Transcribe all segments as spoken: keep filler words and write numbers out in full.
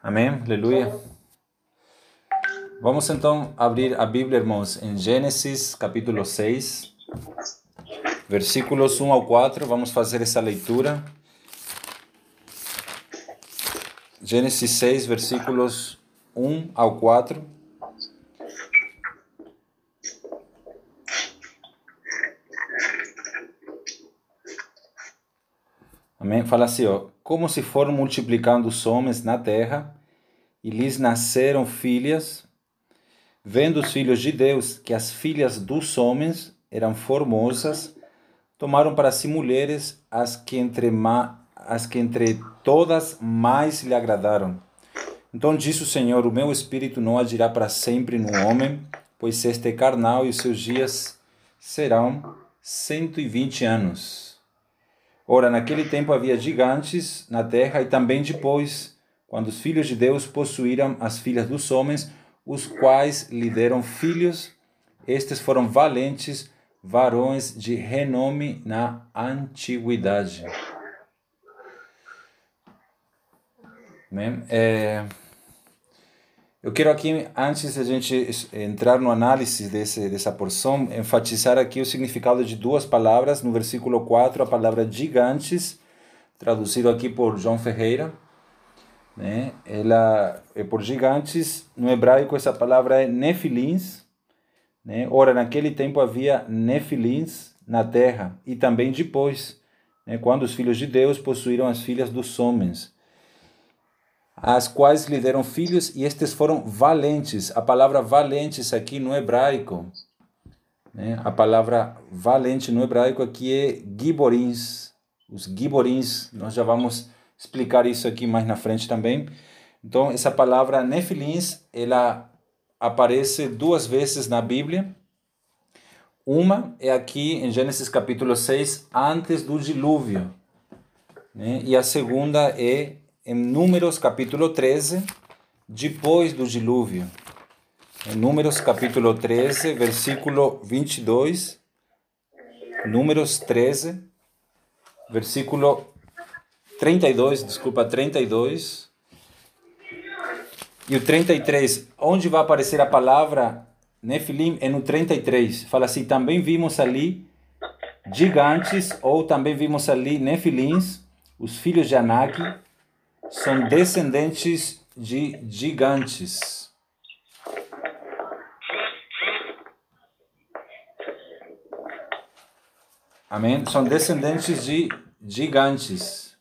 Amém? Aleluia. Vamos então abrir a Bíblia, irmãos, em Gênesis capítulo seis, versículos um ao quatro. Vamos fazer essa leitura. Gênesis seis, versículos um ao quatro. Amém? Fala assim, ó. Como se foram multiplicando os homens na terra, e lhes nasceram filhas, vendo os filhos de Deus que as filhas dos homens eram formosas, tomaram para si mulheres as que entre, ma, as que entre todas mais lhe agradaram. Então disse o Senhor: o meu espírito não agirá para sempre no homem, pois este é carnal e os seus dias serão cento e vinte anos. Ora, naquele tempo havia gigantes na terra, e também depois, quando os filhos de Deus possuíram as filhas dos homens, os quais lhe deram filhos. Estes foram valentes, varões de renome na antiguidade. Amém? É... Eu quero aqui, antes de a gente entrar no análise desse, dessa porção, enfatizar aqui o significado de duas palavras. No versículo quatro, a palavra gigantes, traduzido aqui por João Ferreira, né? Ela é por gigantes. No hebraico, essa palavra é nefilins, né? Ora, naquele tempo havia nefilins na terra, e também depois, né? Quando os filhos de Deus possuíram as filhas dos homens, as quais lhe deram filhos, e estes foram valentes. A palavra valentes aqui no hebraico, né? A palavra valente no hebraico aqui é giborins. Os giborins, nós já vamos explicar isso aqui mais na frente também. Então, essa palavra nefilins, ela aparece duas vezes na Bíblia. Uma é aqui em Gênesis capítulo seis, antes do dilúvio, né? E a segunda é em Números capítulo treze, depois do dilúvio. Em Números capítulo treze, versículo vinte e dois. Números treze, versículo trinta e dois, desculpa, trinta e dois. E o trinta e três, onde vai aparecer a palavra Nefilim? É no trinta e três. Fala assim: também vimos ali gigantes, ou também vimos ali Nefilins, os filhos de Anak, são descendentes de gigantes. Amém? São descendentes de gigantes.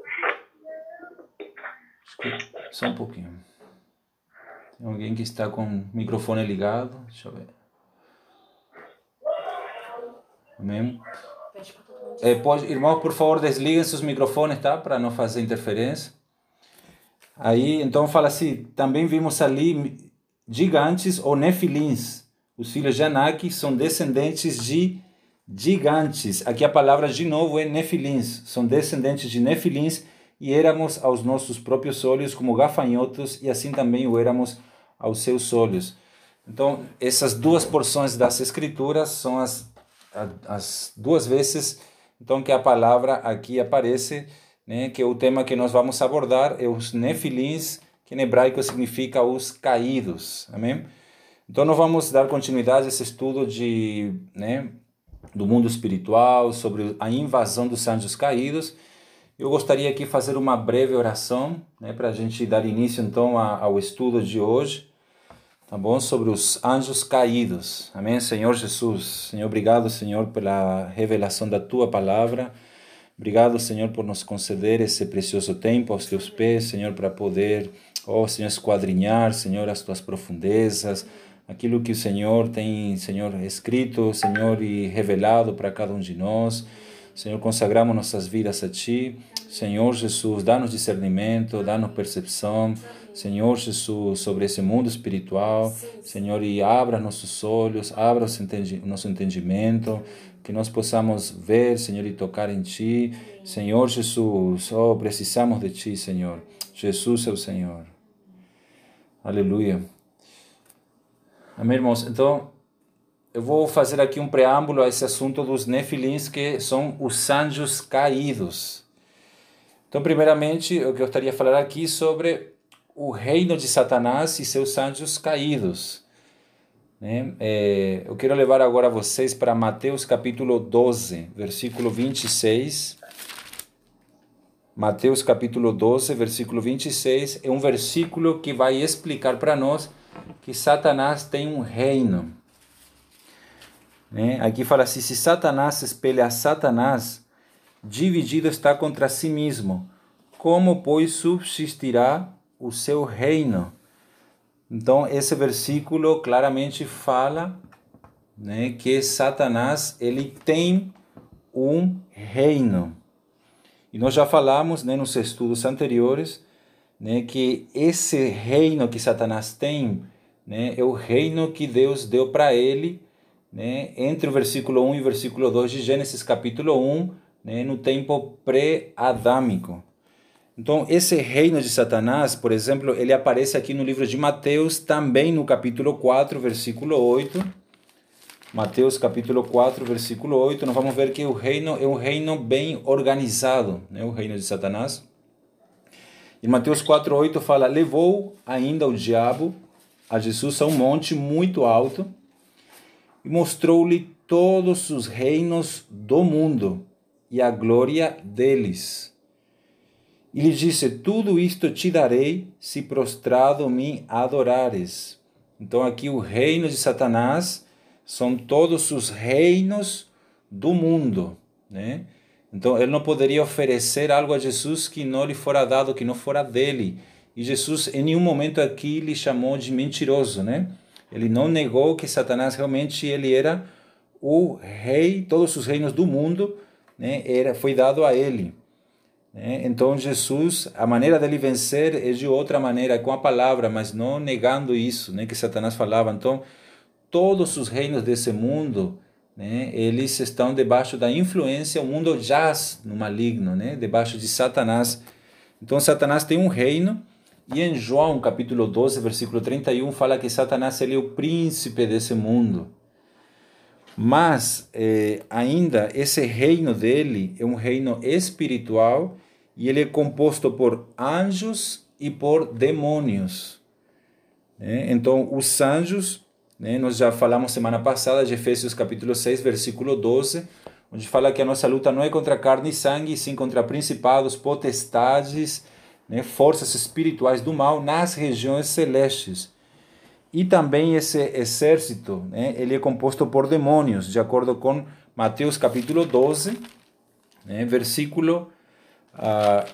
Só um pouquinho. Tem alguém que está com o microfone ligado? Deixa eu ver. Amém? É, pode, irmão, por favor, desliguem seus microfones, tá? Para não fazer interferência. Aí, então fala assim: também vimos ali gigantes ou nefilins. Os filhos de Anak são descendentes de gigantes. Aqui a palavra de novo é nefilins. São descendentes de nefilins, e éramos aos nossos próprios olhos como gafanhotos, e assim também o éramos aos seus olhos. Então, essas duas porções das Escrituras são as, as duas vezes então que a palavra aqui aparece, né, que é o tema que nós vamos abordar, é os nefilins, que em hebraico significa os caídos. Amém? Então nós vamos dar continuidade a esse estudo de, né, do mundo espiritual, sobre a invasão dos anjos caídos. Eu gostaria aqui de fazer uma breve oração, né, para a gente dar início então a, ao estudo de hoje, tá bom? Sobre os anjos caídos. Amém? Senhor Jesus, Senhor, obrigado, Senhor, pela revelação da Tua palavra. Obrigado, Senhor, por nos conceder esse precioso tempo aos Teus pés, Senhor, para poder, ó Senhor, esquadrinhar, Senhor, as Tuas profundezas, aquilo que o Senhor tem, Senhor, escrito, Senhor, e revelado para cada um de nós. Senhor, consagramos nossas vidas a Ti. Senhor Jesus, dá-nos discernimento, dá-nos percepção, Senhor Jesus, sobre esse mundo espiritual. Senhor, e abra nossos olhos, abra o nosso entendimento, que nós possamos ver, Senhor, e tocar em Ti. Senhor Jesus, oh, precisamos de Ti, Senhor. Jesus é o Senhor. Aleluia. Amém, irmãos? Então, eu vou fazer aqui um preâmbulo a esse assunto dos nefilins, que são os anjos caídos. Então, primeiramente, eu gostaria de falar aqui sobre o reino de Satanás e seus anjos caídos. Né? É, eu quero levar agora vocês para Mateus capítulo doze, versículo vinte e seis. Mateus capítulo doze, versículo vinte e seis, é um versículo que vai explicar para nós que Satanás tem um reino. Né? Aqui fala assim, se Satanás espelha a Satanás, dividido está contra si mesmo, como, pois, subsistirá o seu reino? Então, esse versículo claramente fala, né, que Satanás ele tem um reino. E nós já falamos, né, nos estudos anteriores, né, que esse reino que Satanás tem, né, é o reino que Deus deu para ele, né, entre o versículo um e o versículo dois de Gênesis capítulo um, né, no tempo pré-adâmico. Então, esse reino de Satanás, por exemplo, ele aparece aqui no livro de Mateus, também no capítulo quatro, versículo oito. Mateus capítulo quatro, versículo oito, nós vamos ver que o reino é um reino bem organizado, né, o reino de Satanás. Em Mateus quatro, oito fala, levou ainda o diabo a Jesus a um monte muito alto e mostrou-lhe todos os reinos do mundo e a glória deles. E lhe disse, tudo isto te darei, se prostrado me adorares. Então aqui o reino de Satanás são todos os reinos do mundo, né? Então ele não poderia oferecer algo a Jesus que não lhe fora dado, que não fora dele. E Jesus em nenhum momento aqui lhe chamou de mentiroso, né? Ele não negou que Satanás realmente ele era o rei, todos os reinos do mundo, né? Era, foi dado a ele. Então Jesus, a maneira dele vencer é de outra maneira, com a palavra, mas não negando isso, né, que Satanás falava. Então todos os reinos desse mundo, né, eles estão debaixo da influência, o mundo jaz no maligno, né, debaixo de Satanás. Então Satanás tem um reino, e em João capítulo doze, versículo trinta e um, fala que Satanás ele é o príncipe desse mundo. Mas eh, ainda esse reino dele é um reino espiritual, e ele é composto por anjos e por demônios. Né? Então, os anjos, né, nós já falamos semana passada de Efésios capítulo seis, versículo doze, onde fala que a nossa luta não é contra carne e sangue, sim contra principados, potestades, né, forças espirituais do mal nas regiões celestes. E também esse exército, né, ele é composto por demônios, de acordo com Mateus capítulo doze, né, versículo Uh,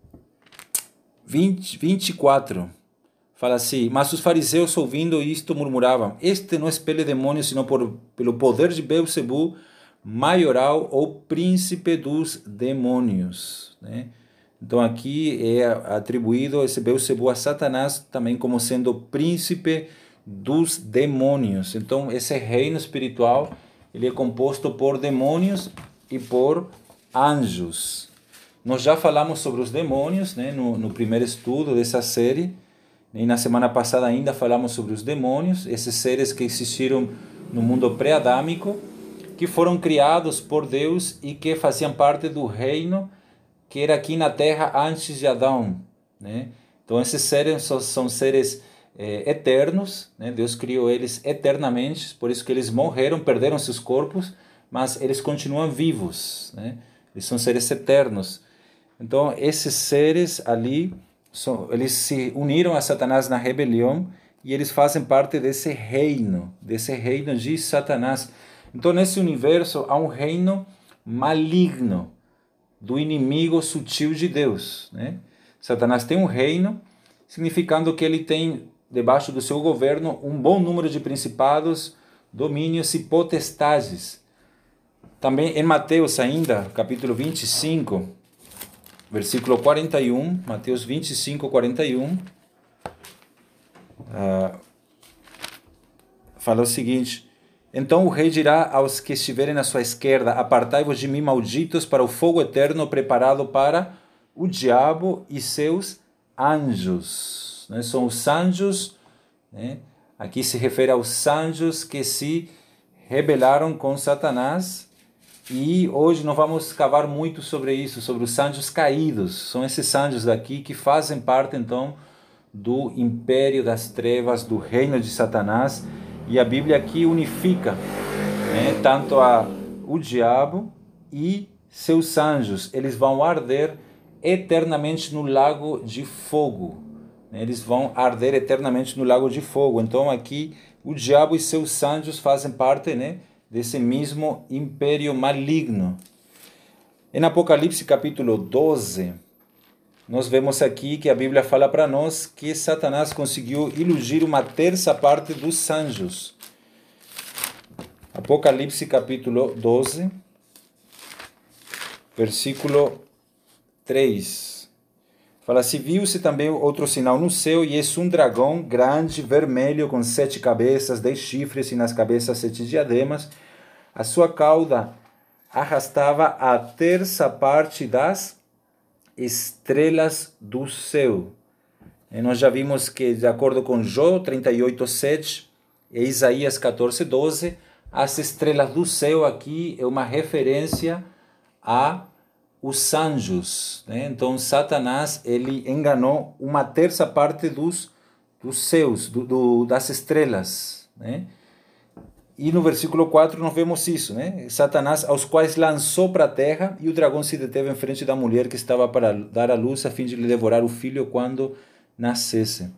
vinte, vinte e quatro, fala assim, mas os fariseus ouvindo isto murmuravam, este não espelha demônios, senão por, pelo poder de Beelzebul, maioral ou príncipe dos demônios. Né? Então aqui é atribuído esse Beelzebul a Satanás também como sendo príncipe dos demônios. Então esse reino espiritual ele é composto por demônios e por anjos. Nós já falamos sobre os demônios, né, no, no primeiro estudo dessa série, e na semana passada ainda falamos sobre os demônios, esses seres que existiram no mundo pré-adâmico, que foram criados por Deus e que faziam parte do reino que era aqui na terra antes de Adão. Né? Então esses seres são, são seres é, eternos, né? Deus criou eles eternamente, por isso que eles morreram, perderam seus corpos, mas eles continuam vivos, né? Eles são seres eternos. Então, esses seres ali, são, eles se uniram a Satanás na rebelião e eles fazem parte desse reino, desse reino de Satanás. Então, nesse universo, há um reino maligno do inimigo sutil de Deus. Né? Satanás tem um reino, significando que ele tem, debaixo do seu governo, um bom número de principados, domínios e potestades. Também em Mateus ainda, capítulo vinte e cinco, versículo quarenta e um, Mateus vinte e cinco, quarenta e um, uh, fala o seguinte, então o rei dirá aos que estiverem à sua esquerda, apartai-vos de mim, malditos, para o fogo eterno preparado para o diabo e seus anjos. Né? São os anjos, né? Aqui se refere aos anjos que se rebelaram com Satanás. E hoje nós vamos cavar muito sobre isso, sobre os anjos caídos. São esses anjos daqui que fazem parte, então, do império das trevas, do reino de Satanás. E a Bíblia aqui unifica, né, tanto a, o diabo e seus anjos. Eles vão arder eternamente no lago de fogo. Eles vão arder eternamente no lago de fogo. Então aqui o diabo e seus anjos fazem parte, né, desse mesmo império maligno. Em Apocalipse capítulo doze, nós vemos aqui que a Bíblia fala para nós que Satanás conseguiu iludir uma terça parte dos anjos. Apocalipse capítulo doze, versículo três. Fala assim: viu-se também outro sinal no céu, e eis um dragão grande, vermelho, com sete cabeças, dez chifres, e nas cabeças sete diademas. A sua cauda arrastava a terça parte das estrelas do céu. E nós já vimos que, de acordo com Jó trinta e oito, sete e Isaías quatorze, doze, as estrelas do céu aqui é uma referência a os anjos, né? Então Satanás, ele enganou uma terça parte dos, dos céus, do, do, das estrelas, né? E no versículo quatro nós vemos isso, né? Satanás, aos quais lançou para a terra, e o dragão se deteve em frente da mulher que estava para dar à luz, a fim de lhe devorar o filho quando nascesse.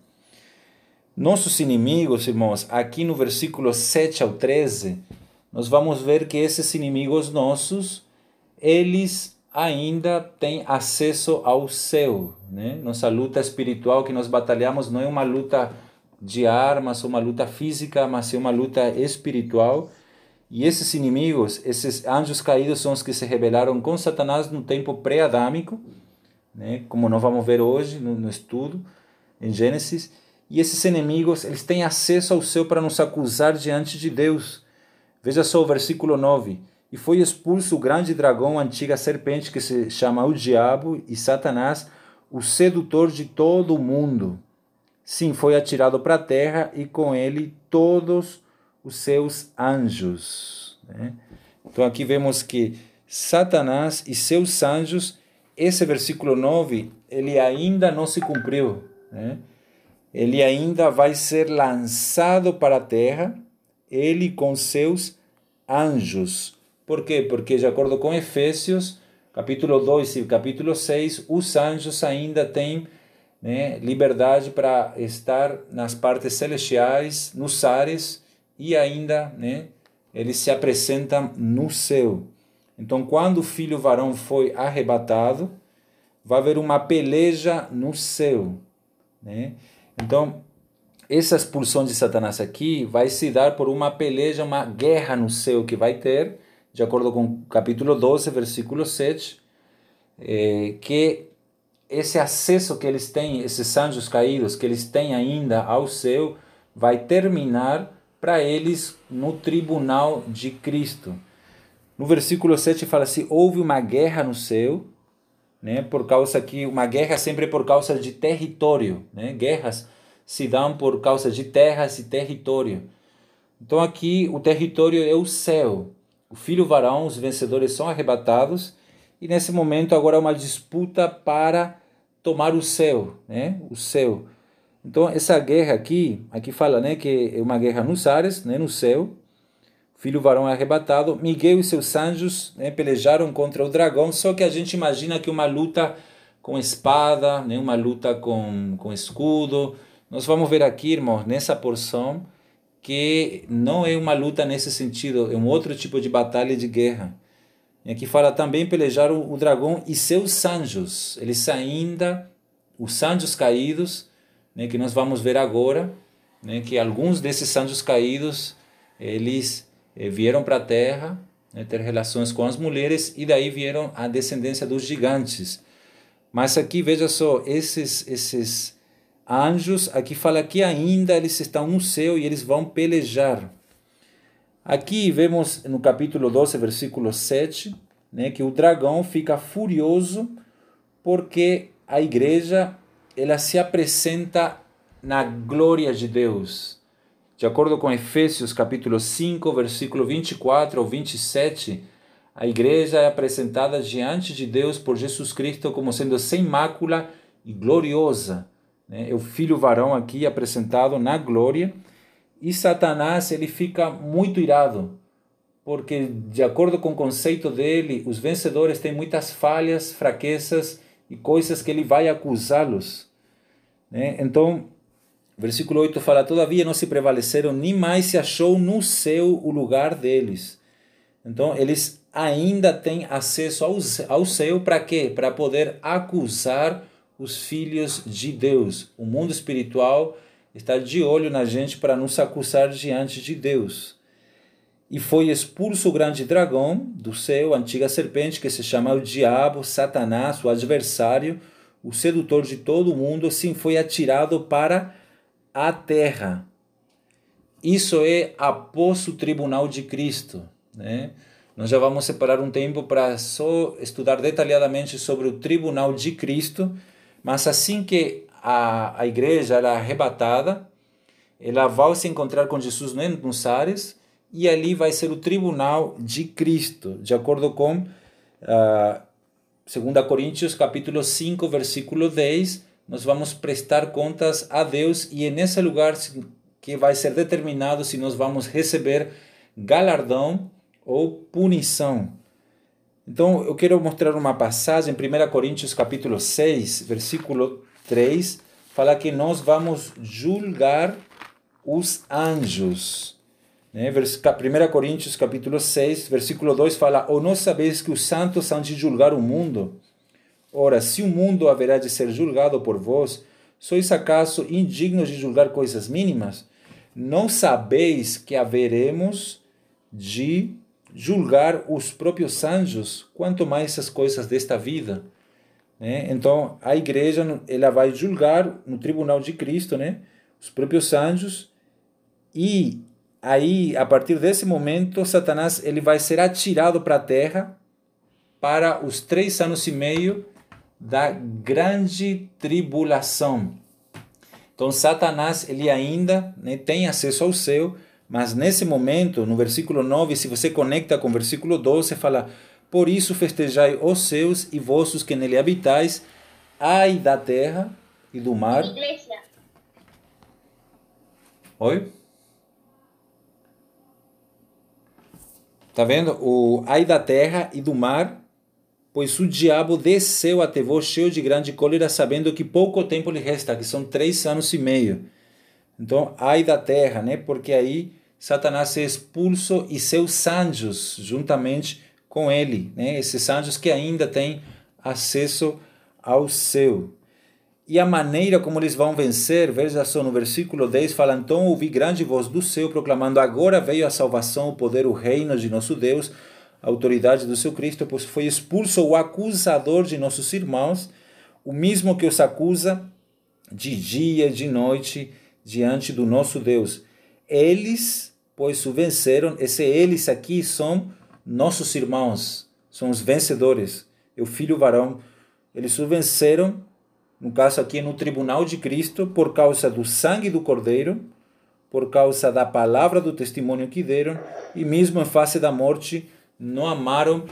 Nossos inimigos, irmãos, aqui no versículo sete ao treze, nós vamos ver que esses inimigos nossos, eles ainda têm acesso ao céu, né? Nossa luta espiritual que nós batalhamos não é uma luta de armas, uma luta física, mas é uma luta espiritual. E esses inimigos, esses anjos caídos, são os que se rebelaram com Satanás no tempo pré-adâmico, né? Como nós vamos ver hoje no, no estudo em Gênesis. E esses inimigos, eles têm acesso ao céu para nos acusar diante de Deus. Veja só o versículo nove. E foi expulso o grande dragão, a antiga serpente, que se chama o diabo e Satanás, o sedutor de todo o mundo. Sim, foi atirado para a terra, e com ele todos os seus anjos, né? Então aqui vemos que Satanás e seus anjos, esse versículo nove, ele ainda não se cumpriu, né? Ele ainda vai ser lançado para a terra, ele com seus anjos. Por quê? Porque, de acordo com Efésios, capítulo dois e capítulo seis, os anjos ainda têm, né, liberdade para estar nas partes celestiais, nos ares, e ainda, né, eles se apresentam no céu. Então, quando o filho varão foi arrebatado, vai haver uma peleja no céu, né? Então, essa expulsão de Satanás aqui vai se dar por uma peleja, uma guerra no céu que vai ter, de acordo com capítulo doze, versículo sete, é, que esse acesso que eles têm, esses anjos caídos, que eles têm ainda ao céu, vai terminar para eles no tribunal de Cristo. No versículo sete fala assim: houve uma guerra no céu, né, por causa que uma guerra sempre é por causa de território, né? Guerras se dão por causa de terras e território. Então aqui o território é o céu. O filho varão, os vencedores são arrebatados, e nesse momento agora é uma disputa para tomar o céu, né? O céu. Então essa guerra aqui, aqui fala, né, que é uma guerra nos ares, né, no céu. O filho varão é arrebatado. Miguel e seus anjos, né, pelejaram contra o dragão, só que a gente imagina que uma luta com espada, né, uma luta com, com escudo. Nós vamos ver aqui, irmãos, nessa porção, que não é uma luta nesse sentido, é um outro tipo de batalha de guerra. E aqui fala também pelejaram o dragão e seus anjos. Eles ainda, os anjos caídos, né, que nós vamos ver agora, né, que alguns desses anjos caídos, eles eh, vieram para a terra, né, ter relações com as mulheres, e daí vieram a descendência dos gigantes. Mas aqui, veja só, esses, esses anjos, aqui fala que ainda eles estão no céu e eles vão pelejar. Aqui vemos no capítulo doze, versículo sete, né, que o dragão fica furioso porque a igreja, ela se apresenta na glória de Deus. De acordo com Efésios capítulo cinco, versículo vinte e quatro ao vinte e sete, a igreja é apresentada diante de Deus por Jesus Cristo como sendo sem mácula e gloriosa, né? É o filho varão aqui apresentado na glória. E Satanás, ele fica muito irado, porque de acordo com o conceito dele, os vencedores têm muitas falhas, fraquezas e coisas que ele vai acusá-los, né? Então, versículo oito fala: todavia não se prevaleceram, nem mais se achou no céu o lugar deles. Então, eles ainda têm acesso ao, ao céu para quê? Para poder acusar os filhos de Deus. O mundo espiritual está de olho na gente para nos acusar diante de Deus. E foi expulso o grande dragão do céu, a antiga serpente, que se chama o diabo, Satanás, o adversário, o sedutor de todo o mundo, assim foi atirado para a terra. Isso é após o tribunal de Cristo, né? Nós já vamos separar um tempo para só estudar detalhadamente sobre o tribunal de Cristo, mas assim que a, a igreja ela é arrebatada, ela vai se encontrar com Jesus nos ares, e ali vai ser o tribunal de Cristo, de acordo com uh, dois Coríntios capítulo cinco, versículo dez, nós vamos prestar contas a Deus, e é nesse lugar que vai ser determinado se nós vamos receber galardão ou punição. Então, eu quero mostrar uma passagem, primeira Coríntios capítulo seis, versículo três, fala que nós vamos julgar os anjos. Né? primeira Coríntios capítulo seis, versículo dois fala: ou não sabeis que os santos hão de julgar o mundo? Ora, se o mundo haverá de ser julgado por vós, sois acaso indignos de julgar coisas mínimas? Não sabeis que haveremos de julgar os próprios anjos, quanto mais as coisas desta vida, né? Então, a igreja ela vai julgar no tribunal de Cristo, né, os próprios anjos, e aí, a partir desse momento, Satanás ele vai ser atirado para a terra para os três anos e meio da grande tribulação. Então, Satanás ele ainda, né, tem acesso ao céu, mas nesse momento, no versículo nove, se você conecta com o versículo doze, fala: por isso festejai os céus e vossos que nele habitais, ai da terra e do mar. Igreja. Oi? Tá vendo? O ai da terra e do mar, pois o diabo desceu até vós cheio de grande cólera, sabendo que pouco tempo lhe resta, que são três anos e meio. Então, ai da terra, né? Porque aí Satanás é expulso e seus anjos juntamente com ele, né? Esses anjos que ainda têm acesso ao céu. E a maneira como eles vão vencer, veja só no versículo dez, fala: então ouvi grande voz do céu proclamando: agora veio a salvação, o poder, o reino de nosso Deus, a autoridade do seu Cristo, pois foi expulso o acusador de nossos irmãos, o mesmo que os acusa de dia e de noite diante do nosso Deus. Eles, pois, o venceram. Esse eles aqui são nossos irmãos, são os vencedores, é o filho varão. Eles o venceram, no caso aqui no tribunal de Cristo, por causa do sangue do Cordeiro, por causa da palavra do testemunho que deram, e mesmo em face da morte, não amaram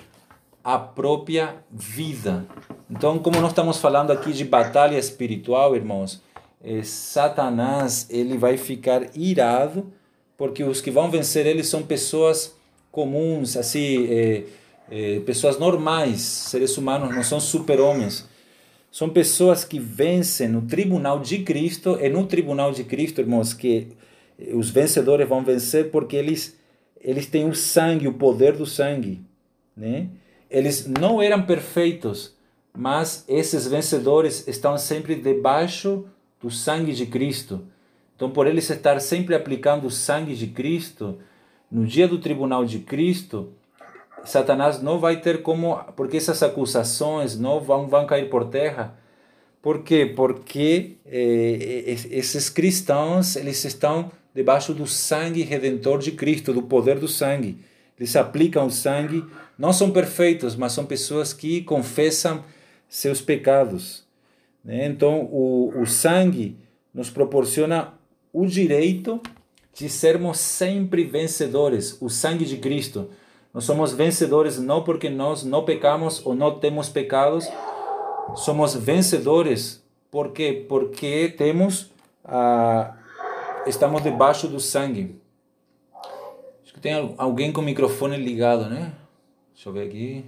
a própria vida. Então, como nós estamos falando aqui de batalha espiritual, irmãos, eh, Satanás ele vai ficar irado, porque os que vão vencer ele são pessoas comuns, assim, eh, eh, pessoas normais, seres humanos, não são super-homens. São pessoas que vencem no tribunal de Cristo, e no tribunal de Cristo, irmãos, que os vencedores vão vencer porque eles, eles têm o sangue, o poder do sangue, né? Eles não eram perfeitos, mas esses vencedores estão sempre debaixo do sangue de Cristo. Então, por eles estar sempre aplicando o sangue de Cristo, no dia do tribunal de Cristo, Satanás não vai ter como, porque essas acusações não vão, vão cair por terra. Por quê? Porque eh, esses cristãos, eles estão debaixo do sangue redentor de Cristo, do poder do sangue. Eles aplicam o sangue, não são perfeitos, mas são pessoas que confessam seus pecados, né? Então, o, o sangue nos proporciona o direito de sermos sempre vencedores, o sangue de Cristo. Nós somos vencedores não porque nós não pecamos ou não temos pecados, somos vencedores Por quê? Porque temos, ah, estamos debaixo do sangue. Acho que tem alguém com o microfone ligado, né? Deixa eu ver aqui.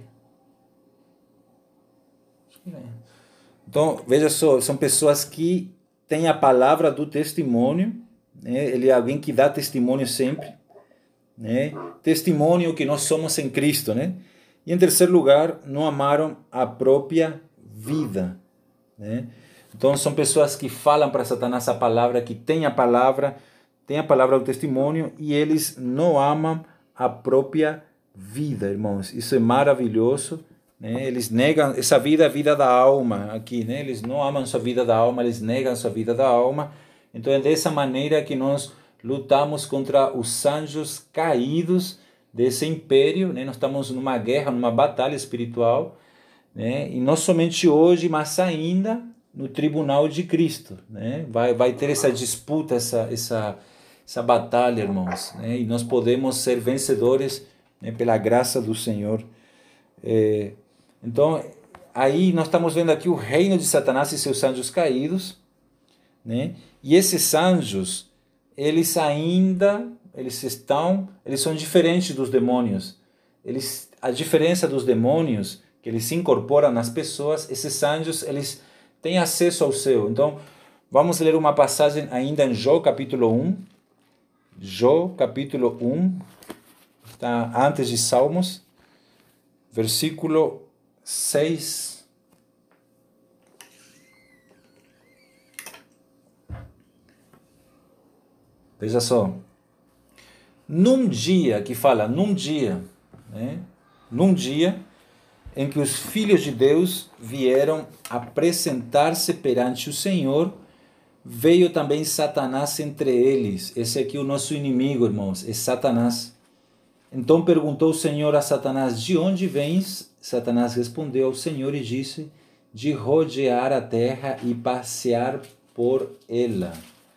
Então, veja só, são pessoas que têm a palavra do testemunho, né? Ele é alguém que dá testemunho sempre, né? Testemunho que nós somos em Cristo, né? E em terceiro lugar, não amaram a própria vida, né? Então são pessoas que falam para Satanás a palavra, que têm a palavra, têm a palavra do testemunho, e eles não amam a própria vida, irmãos. Isso é maravilhoso, né? Eles negam essa vida, a vida da alma aqui, né? Eles não amam sua vida da alma, eles negam sua vida da alma. Então é dessa maneira que nós lutamos contra os anjos caídos desse império, né? Nós estamos numa guerra, numa batalha espiritual, né? E não somente hoje, mas ainda no tribunal de Cristo, né? Vai, vai ter essa disputa, essa, essa, essa batalha, irmãos, né? E nós podemos ser vencedores, né, pela graça do Senhor. É, então, aí nós estamos vendo aqui o reino de Satanás e seus anjos caídos, né? E esses anjos, eles ainda, eles estão, eles são diferentes dos demônios. Eles, a diferença dos demônios, que eles se incorporam nas pessoas, esses anjos, eles têm acesso ao céu. Então, vamos ler uma passagem ainda em Jó capítulo um. Jó capítulo um, está antes de Salmos, versículo seis. Veja só. Num dia, que fala, num dia, né? Num dia em que os filhos de Deus vieram apresentar-se perante o Senhor, veio também Satanás entre eles. Esse aqui é o nosso inimigo, irmãos, é Satanás. Então perguntou o Senhor a Satanás: de onde vens? Satanás respondeu ao Senhor e disse: de rodear a terra e passear por ela.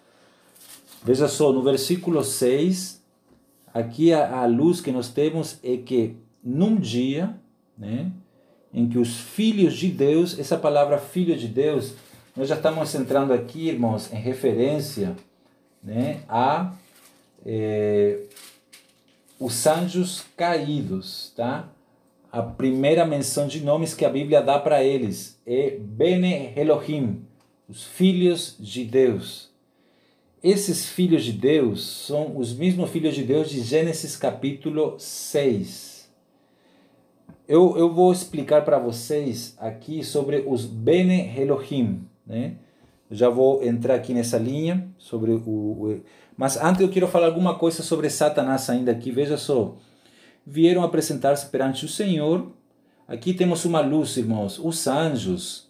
Veja só, no versículo seis, aqui a, a luz que nós temos é que num dia, né, em que os filhos de Deus, essa palavra filho de Deus, nós já estamos entrando aqui, irmãos, em referência, né, a é, os anjos caídos, tá? A primeira menção de nomes que a Bíblia dá para eles é Bene Elohim, os filhos de Deus. Esses filhos de Deus são os mesmos filhos de Deus de Gênesis capítulo seis. Eu, eu vou explicar para vocês aqui sobre os Bene Elohim, né? Eu já vou entrar aqui nessa linha sobre o, o... Mas antes eu quero falar alguma coisa sobre Satanás ainda aqui. Veja só. Vieram apresentar-se perante o Senhor. Aqui temos uma luz, irmãos. Os anjos,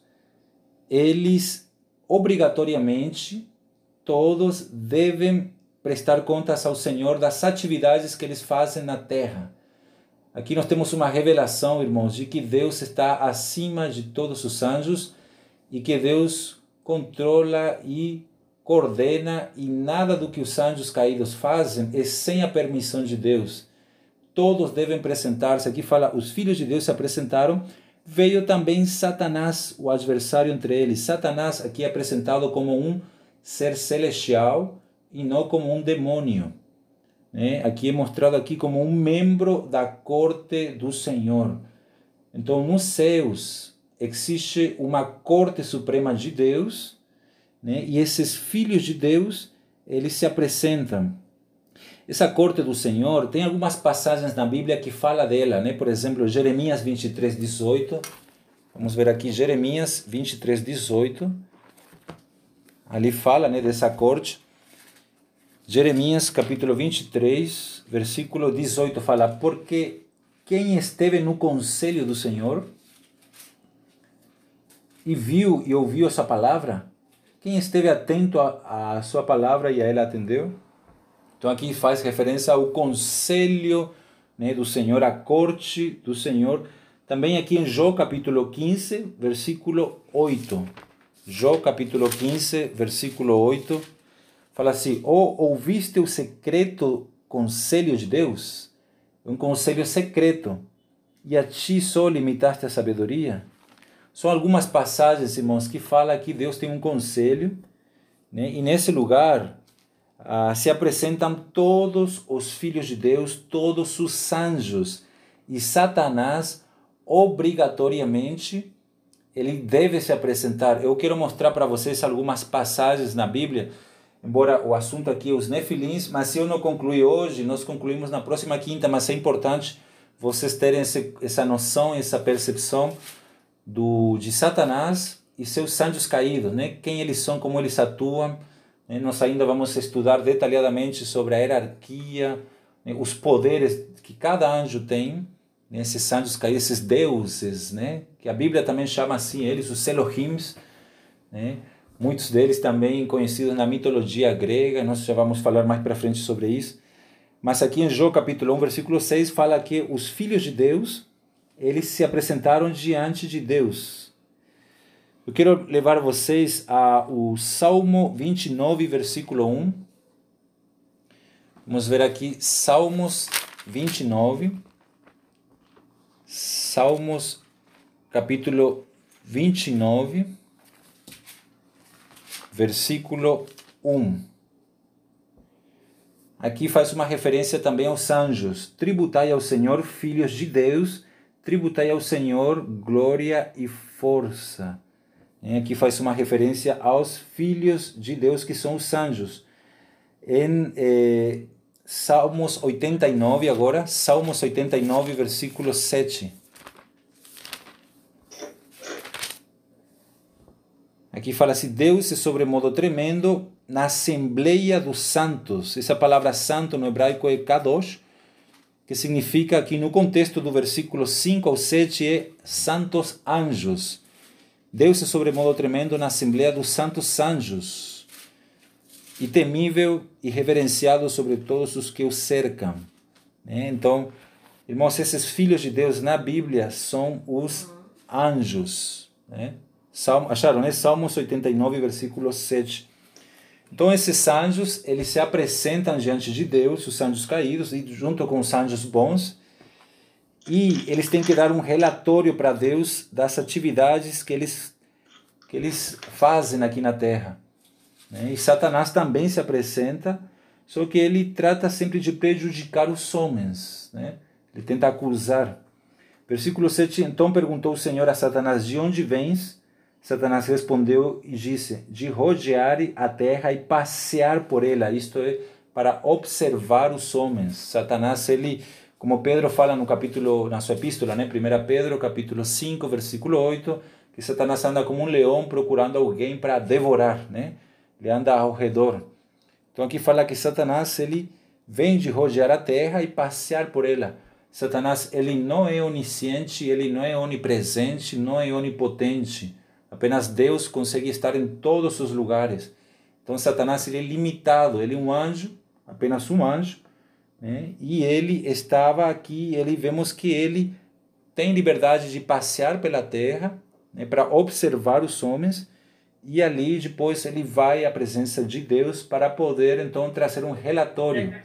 eles obrigatoriamente, todos devem prestar contas ao Senhor das atividades que eles fazem na terra. Aqui nós temos uma revelação, irmãos, de que Deus está acima de todos os anjos e que Deus controla e coordena, e nada do que os anjos caídos fazem é sem a permissão de Deus. Todos devem apresentar-se. Aqui fala, os filhos de Deus se apresentaram. Veio também Satanás, o adversário entre eles. Satanás aqui é apresentado como um ser celestial e não como um demônio, né? Aqui é mostrado aqui como um membro da corte do Senhor. Então, nos céus existe uma corte suprema de Deus, né? E esses filhos de Deus, eles se apresentam. Essa corte do Senhor, tem algumas passagens na Bíblia que fala dela, né? Por exemplo, Jeremias vinte e três, dezoito. Vamos ver aqui Jeremias vinte e três, dezoito. Ali fala, né, dessa corte. Jeremias capítulo vinte e três, versículo dezoito fala: porque quem esteve no conselho do Senhor e viu e ouviu essa palavra, quem esteve atento à sua palavra e a ela atendeu. Então aqui faz referência ao conselho, né, do Senhor, à corte do Senhor. Também aqui em Jó capítulo quinze, versículo oito. Jó capítulo quinze, versículo oito. Fala assim: ou oh, ouviste o secreto conselho de Deus? Um conselho secreto. E a ti só limitaste a sabedoria? São algumas passagens, irmãos, que falam que Deus tem um conselho, né? E nesse lugar ah, se apresentam todos os filhos de Deus, todos os anjos. E Satanás, obrigatoriamente, ele deve se apresentar. Eu quero mostrar para vocês algumas passagens na Bíblia, embora o assunto aqui é os nefilins, mas se eu não concluir hoje, nós concluímos na próxima quinta, mas é importante vocês terem esse, essa noção, essa percepção do, de Satanás e seus anjos caídos, né? Quem eles são, como eles atuam, né? Nós ainda vamos estudar detalhadamente sobre a hierarquia, né? Os poderes que cada anjo tem, né? Esses anjos caídos, esses deuses, né? Que a Bíblia também chama assim eles, os Elohims, né? Muitos deles também conhecidos na mitologia grega, nós já vamos falar mais para frente sobre isso. Mas aqui em Jó capítulo um, versículo seis, fala que os filhos de Deus, eles se apresentaram diante de Deus. Eu quero levar vocês ao Salmo vinte e nove, versículo um. Vamos ver aqui, Salmos vinte e nove. Salmos, capítulo vinte e nove, versículo um. Aqui faz uma referência também aos anjos. Tributai ao Senhor, filhos de Deus, tributai ao Senhor glória e força. Aqui faz uma referência aos filhos de Deus, que são os anjos. Em eh, Salmos oitenta e nove agora, Salmos oitenta e nove, versículo sete. Aqui fala assim, Deus é sobremodo tremendo na Assembleia dos Santos. Essa palavra santo no hebraico é kadosh, que significa aqui no contexto do versículo cinco ao sete é santos anjos. Deus é sobremodo tremendo na Assembleia dos Santos Anjos e temível e reverenciado sobre todos os que o cercam. Então, irmãos, esses filhos de Deus na Bíblia são os anjos. Salmo, acharam, né? Salmos oitenta e nove, versículo sete. Então, esses anjos, eles se apresentam diante de Deus, os anjos caídos, e junto com os anjos bons, e eles têm que dar um relatório para Deus das atividades que eles, que eles fazem aqui na terra. E Satanás também se apresenta, só que ele trata sempre de prejudicar os homens, né? Ele tenta acusar. Versículo sete, então perguntou o Senhor a Satanás, de onde vens? Satanás respondeu e disse, de rodear a terra e passear por ela, isto é, para observar os homens. Satanás, ele, como Pedro fala no capítulo, na sua epístola, né? primeira Pedro, capítulo cinco, versículo oito, que Satanás anda como um leão procurando alguém para devorar, né? Ele anda ao redor. Então aqui fala que Satanás, ele vem de rodear a terra e passear por ela. Satanás, ele não é onisciente, ele não é onipresente, não é onipotente. Apenas Deus consegue estar em todos os lugares. Então Satanás, ele é limitado, ele é um anjo, apenas um anjo, né? E ele estava aqui, ele vemos que ele tem liberdade de passear pela terra, né, para observar os homens, e ali depois ele vai à presença de Deus para poder então trazer um relatório.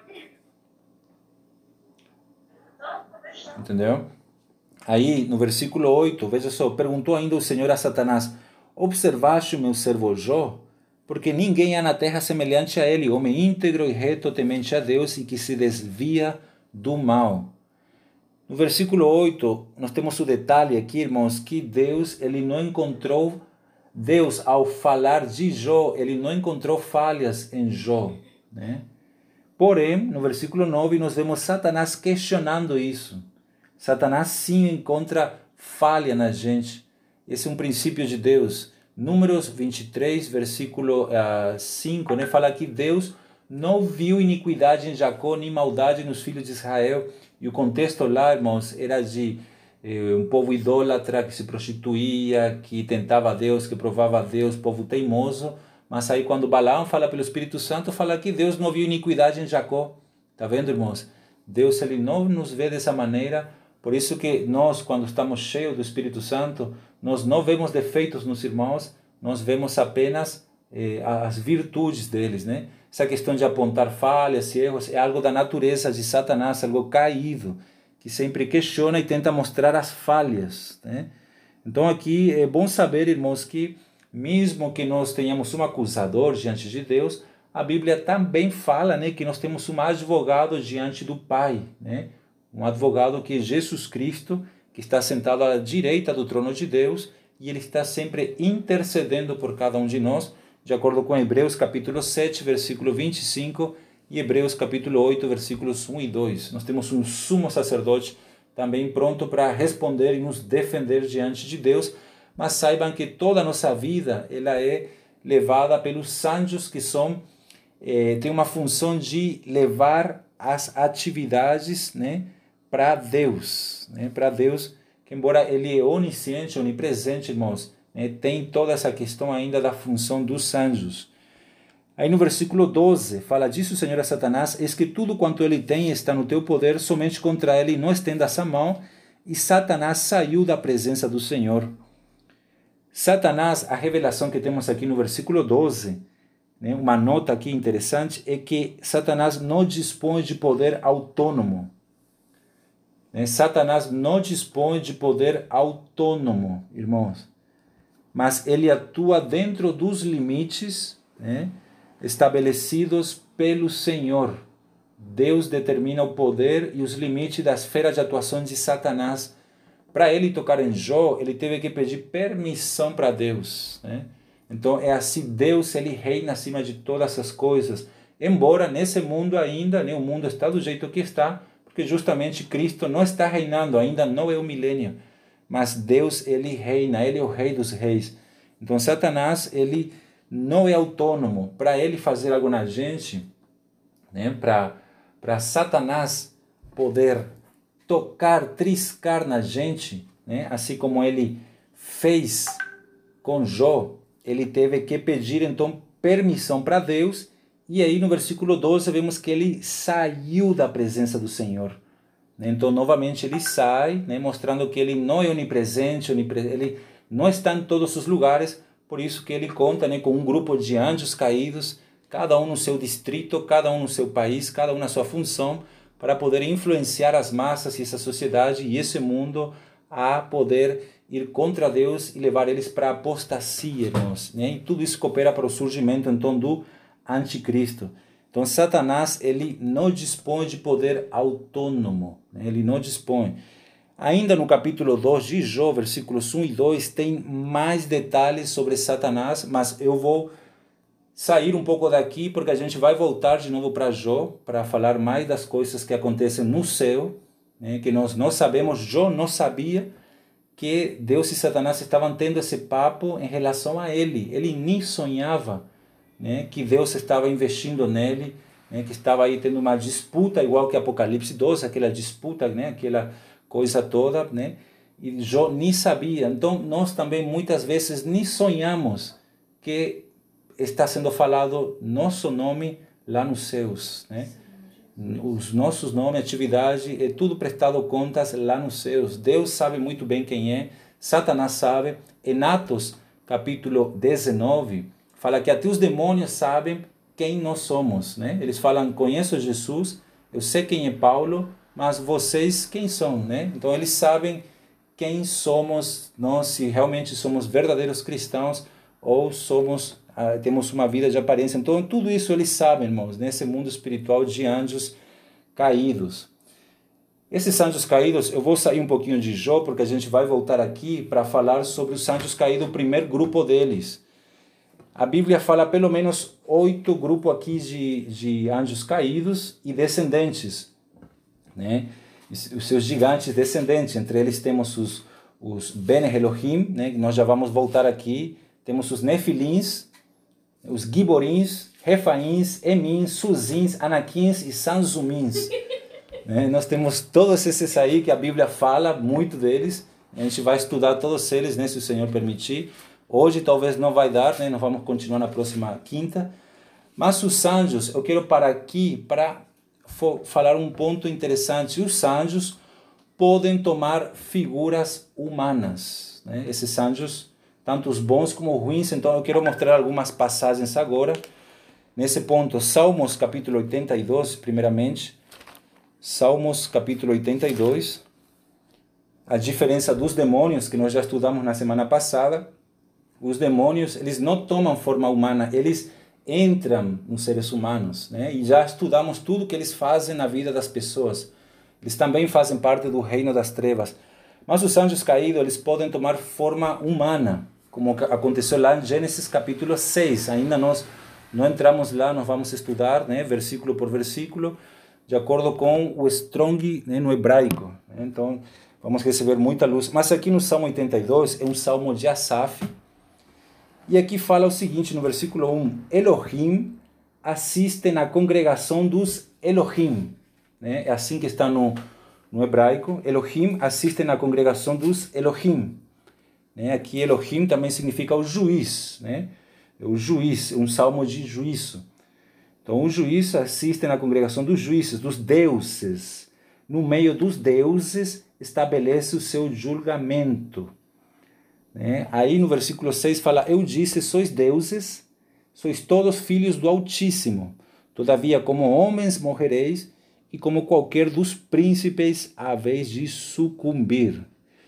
Entendeu? Aí no versículo oito, veja só, perguntou ainda o Senhor a Satanás, observaste o meu servo Jó? Porque ninguém há na terra semelhante a ele, homem íntegro e reto, temente a Deus e que se desvia do mal. No versículo oito, nós temos o detalhe aqui, irmãos, que Deus, ele não encontrou, Deus, ao falar de Jó, ele não encontrou falhas em Jó, né? Porém, no versículo nove, nós vemos Satanás questionando isso. Satanás sim encontra falha na gente. Esse é um princípio de Deus. Números vinte e três, versículo uh, cinco, né? Fala que Deus não viu iniquidade em Jacó, nem maldade nos filhos de Israel. E o contexto lá, irmãos, era de eh, um povo idólatra que se prostituía, que tentava a Deus, que provava a Deus, povo teimoso. Mas aí quando Balaão fala pelo Espírito Santo, fala que Deus não viu iniquidade em Jacó. Tá vendo, irmãos? Deus, ele não nos vê dessa maneira. Por isso que nós, quando estamos cheios do Espírito Santo, nós não vemos defeitos nos irmãos, nós vemos apenas eh, as virtudes deles, né? Essa questão de apontar falhas e erros é algo da natureza de Satanás, algo caído, que sempre questiona e tenta mostrar as falhas, né? Então aqui é bom saber, irmãos, que mesmo que nós tenhamos um acusador diante de Deus, a Bíblia também fala, né, que nós temos um advogado diante do Pai, né? Um advogado que é Jesus Cristo, que está sentado à direita do trono de Deus, e ele está sempre intercedendo por cada um de nós, de acordo com Hebreus capítulo sete, versículo vinte e cinco, e Hebreus capítulo oito, versículos um e dois. Nós temos um sumo sacerdote também pronto para responder e nos defender diante de Deus, mas saibam que toda a nossa vida ela é levada pelos anjos que são, eh, tem uma função de levar as atividades, né, para Deus, né, para Deus, que embora ele é onisciente, onipresente, irmãos, né, tem toda essa questão ainda da função dos anjos. Aí no versículo doze, fala disso, Senhor, a Satanás, eis que tudo quanto ele tem está no teu poder, somente contra ele não estendas a mão, e Satanás saiu da presença do Senhor. Satanás, a revelação que temos aqui no versículo doze, né, uma nota aqui interessante, é que Satanás não dispõe de poder autônomo. Né? Satanás não dispõe de poder autônomo, irmãos, mas ele atua dentro dos limites, né, estabelecidos pelo Senhor. Deus determina o poder e os limites da esfera de atuação de Satanás. Para ele tocar em Jó, ele teve que pedir permissão para Deus, né? Então é assim, Deus ele reina acima de todas as coisas. Embora nesse mundo ainda, né, o mundo está do jeito que está, porque justamente Cristo não está reinando, ainda não é o milênio. Mas Deus ele reina, ele é o rei dos reis. Então Satanás ele não é autônomo. Para ele fazer algo na gente, né, para para Satanás poder tocar, triscar na gente, né, assim como ele fez com Jó, ele teve que pedir então permissão para Deus, e aí no versículo doze vemos que ele saiu da presença do Senhor. Então novamente ele sai, né, mostrando que ele não é onipresente, onipre... ele não está em todos os lugares, por isso que ele conta, né, com um grupo de anjos caídos, cada um no seu distrito, cada um no seu país, cada um na sua função, para poder influenciar as massas e essa sociedade e esse mundo a poder ir contra Deus e levar eles para a apostasia, irmãos, né? E tudo isso coopera para o surgimento, então, do anticristo. Então, Satanás, ele não dispõe de poder autônomo, né? Ele não dispõe. Ainda no capítulo dois de Jó, versículos um e dois, tem mais detalhes sobre Satanás, mas eu vou sair um pouco daqui, porque a gente vai voltar de novo para Jó, para falar mais das coisas que acontecem no céu, né, que nós não sabemos. Jó não sabia que Deus e Satanás estavam tendo esse papo em relação a ele. Ele nem sonhava, né, que Deus estava investindo nele, né, que estava aí tendo uma disputa, igual que Apocalipse doze, aquela disputa, né, aquela coisa toda, né, e Jó nem sabia. Então, nós também muitas vezes nem sonhamos que está sendo falado nosso nome lá nos céus, né? Os nossos nomes, atividade, é tudo prestado contas lá nos céus. Deus sabe muito bem quem é, Satanás sabe. Em Atos, capítulo dezenove, fala que até os demônios sabem quem nós somos, né? Eles falam, conheço Jesus, eu sei quem é Paulo, mas vocês quem são, né? Então eles sabem quem somos nós, se realmente somos verdadeiros cristãos ou somos Uh, temos uma vida de aparência. Então tudo isso eles sabem, irmãos, nesse mundo espiritual de anjos caídos. Esses anjos caídos, eu vou sair um pouquinho de Jó, porque a gente vai voltar aqui para falar sobre os anjos caídos, o primeiro grupo deles. A Bíblia fala pelo menos oito grupos aqui de, de anjos caídos e descendentes, né? Os seus gigantes descendentes. Entre eles temos os, os Ben Elohim, né? Nós já vamos voltar aqui. Temos os Nefilins, os Giborins, Refaíns, Emins, Suzins, Anaquins e Sanzumins. Né? Nós temos todos esses aí que a Bíblia fala, muito deles. A gente vai estudar todos eles, né, se o Senhor permitir. Hoje talvez não vai dar, né? Nós vamos continuar na próxima quinta. Mas os anjos, eu quero parar aqui para falar um ponto interessante. Os anjos podem tomar figuras humanas, né? Esses anjos, tanto os bons como os ruins. Então eu quero mostrar algumas passagens agora. Nesse ponto, Salmos capítulo oitenta e dois, primeiramente. Salmos capítulo oitenta e dois. a diferença dos demônios, que nós já estudamos na semana passada. Os demônios, eles não tomam forma humana, eles entram nos seres humanos, né? E já estudamos tudo que eles fazem na vida das pessoas. Eles também fazem parte do reino das trevas. Mas os anjos caídos, eles podem tomar forma humana, como aconteceu lá em Gênesis capítulo seis. Ainda nós não entramos lá, nós vamos estudar, né, versículo por versículo, de acordo com o Strong, né, no hebraico. Então, vamos receber muita luz. Mas aqui no Salmo oitenta e dois, é um salmo de Asaf. E aqui fala o seguinte, no versículo um, Elohim assiste na congregação dos Elohim. Né? É assim que está no, no hebraico. Elohim assiste na congregação dos Elohim. Né? Aqui Elohim também significa o juiz. Né? O juiz, um salmo de juízo. Então o juiz assiste na congregação dos juízes, dos deuses. No meio dos deuses estabelece o seu julgamento. Né? Aí no versículo seis fala, eu disse, sois deuses, sois todos filhos do Altíssimo. Todavia como homens morrereis, e como qualquer dos príncipes haveis de sucumbir.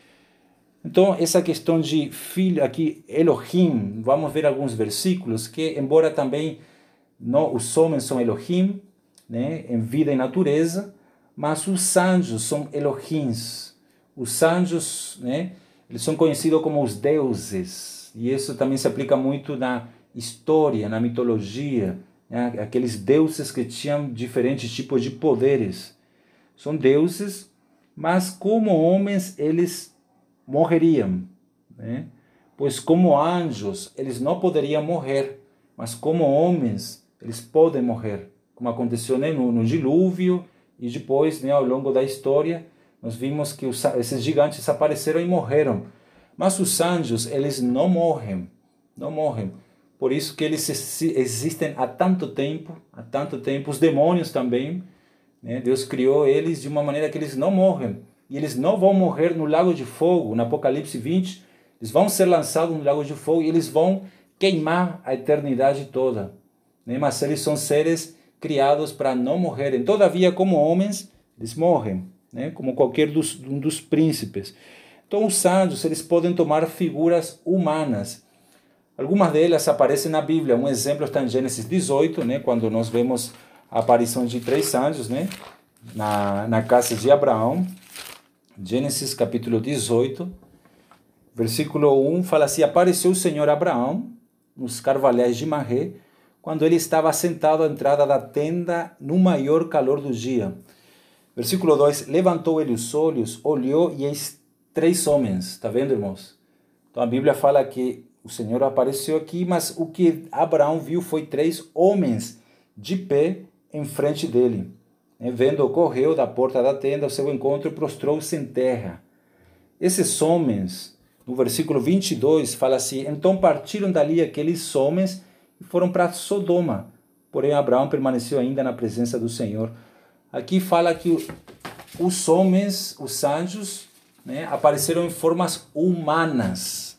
Então, essa questão de filho, aqui, Elohim, vamos ver alguns versículos, que embora também não, os homens são Elohim, né, em vida e natureza, mas os anjos são Elohims. Os anjos, né, eles são conhecidos como os deuses, e isso também se aplica muito na história, na mitologia, né? Aqueles deuses que tinham diferentes tipos de poderes. São deuses, mas como homens eles morreriam, né? Pois como anjos eles não poderiam morrer, mas como homens eles podem morrer, como aconteceu, né, no, no dilúvio, e depois, né, ao longo da história, nós vimos que os, esses gigantes apareceram e morreram. Mas os anjos, eles não morrem, não morrem. Por isso que eles existem há tanto tempo, há tanto tempo. Os demônios também, né? Deus criou eles de uma maneira que eles não morrem. E eles não vão morrer no lago de fogo, no Apocalipse vinte. Eles vão ser lançados no lago de fogo e eles vão queimar a eternidade toda. Né? Mas eles são seres criados para não morrerem. Todavia, como homens, eles morrem, né? Como qualquer dos, um dos príncipes. Então, os anjos, eles podem tomar figuras humanas. Algumas delas aparecem na Bíblia. Um exemplo está em Gênesis dezoito, né, quando nós vemos a aparição de três anjos, né, na, na casa de Abraão. Gênesis capítulo dezoito, versículo um, fala assim, apareceu o Senhor a Abraão nos carvalhais de Mamré, quando ele estava sentado à entrada da tenda no maior calor do dia. Versículo dois, levantou ele os olhos, olhou e eis três homens. Está vendo, irmãos? Então a Bíblia fala que o Senhor apareceu aqui, mas o que Abraão viu foi três homens de pé em frente dele. Vendo, correu da porta da tenda ao seu encontro e prostrou-se em terra. Esses homens, no versículo vinte e dois, fala assim, então partiram dali aqueles homens e foram para Sodoma. Porém, Abraão permaneceu ainda na presença do Senhor. Aqui fala que os homens, os anjos, né, apareceram em formas humanas.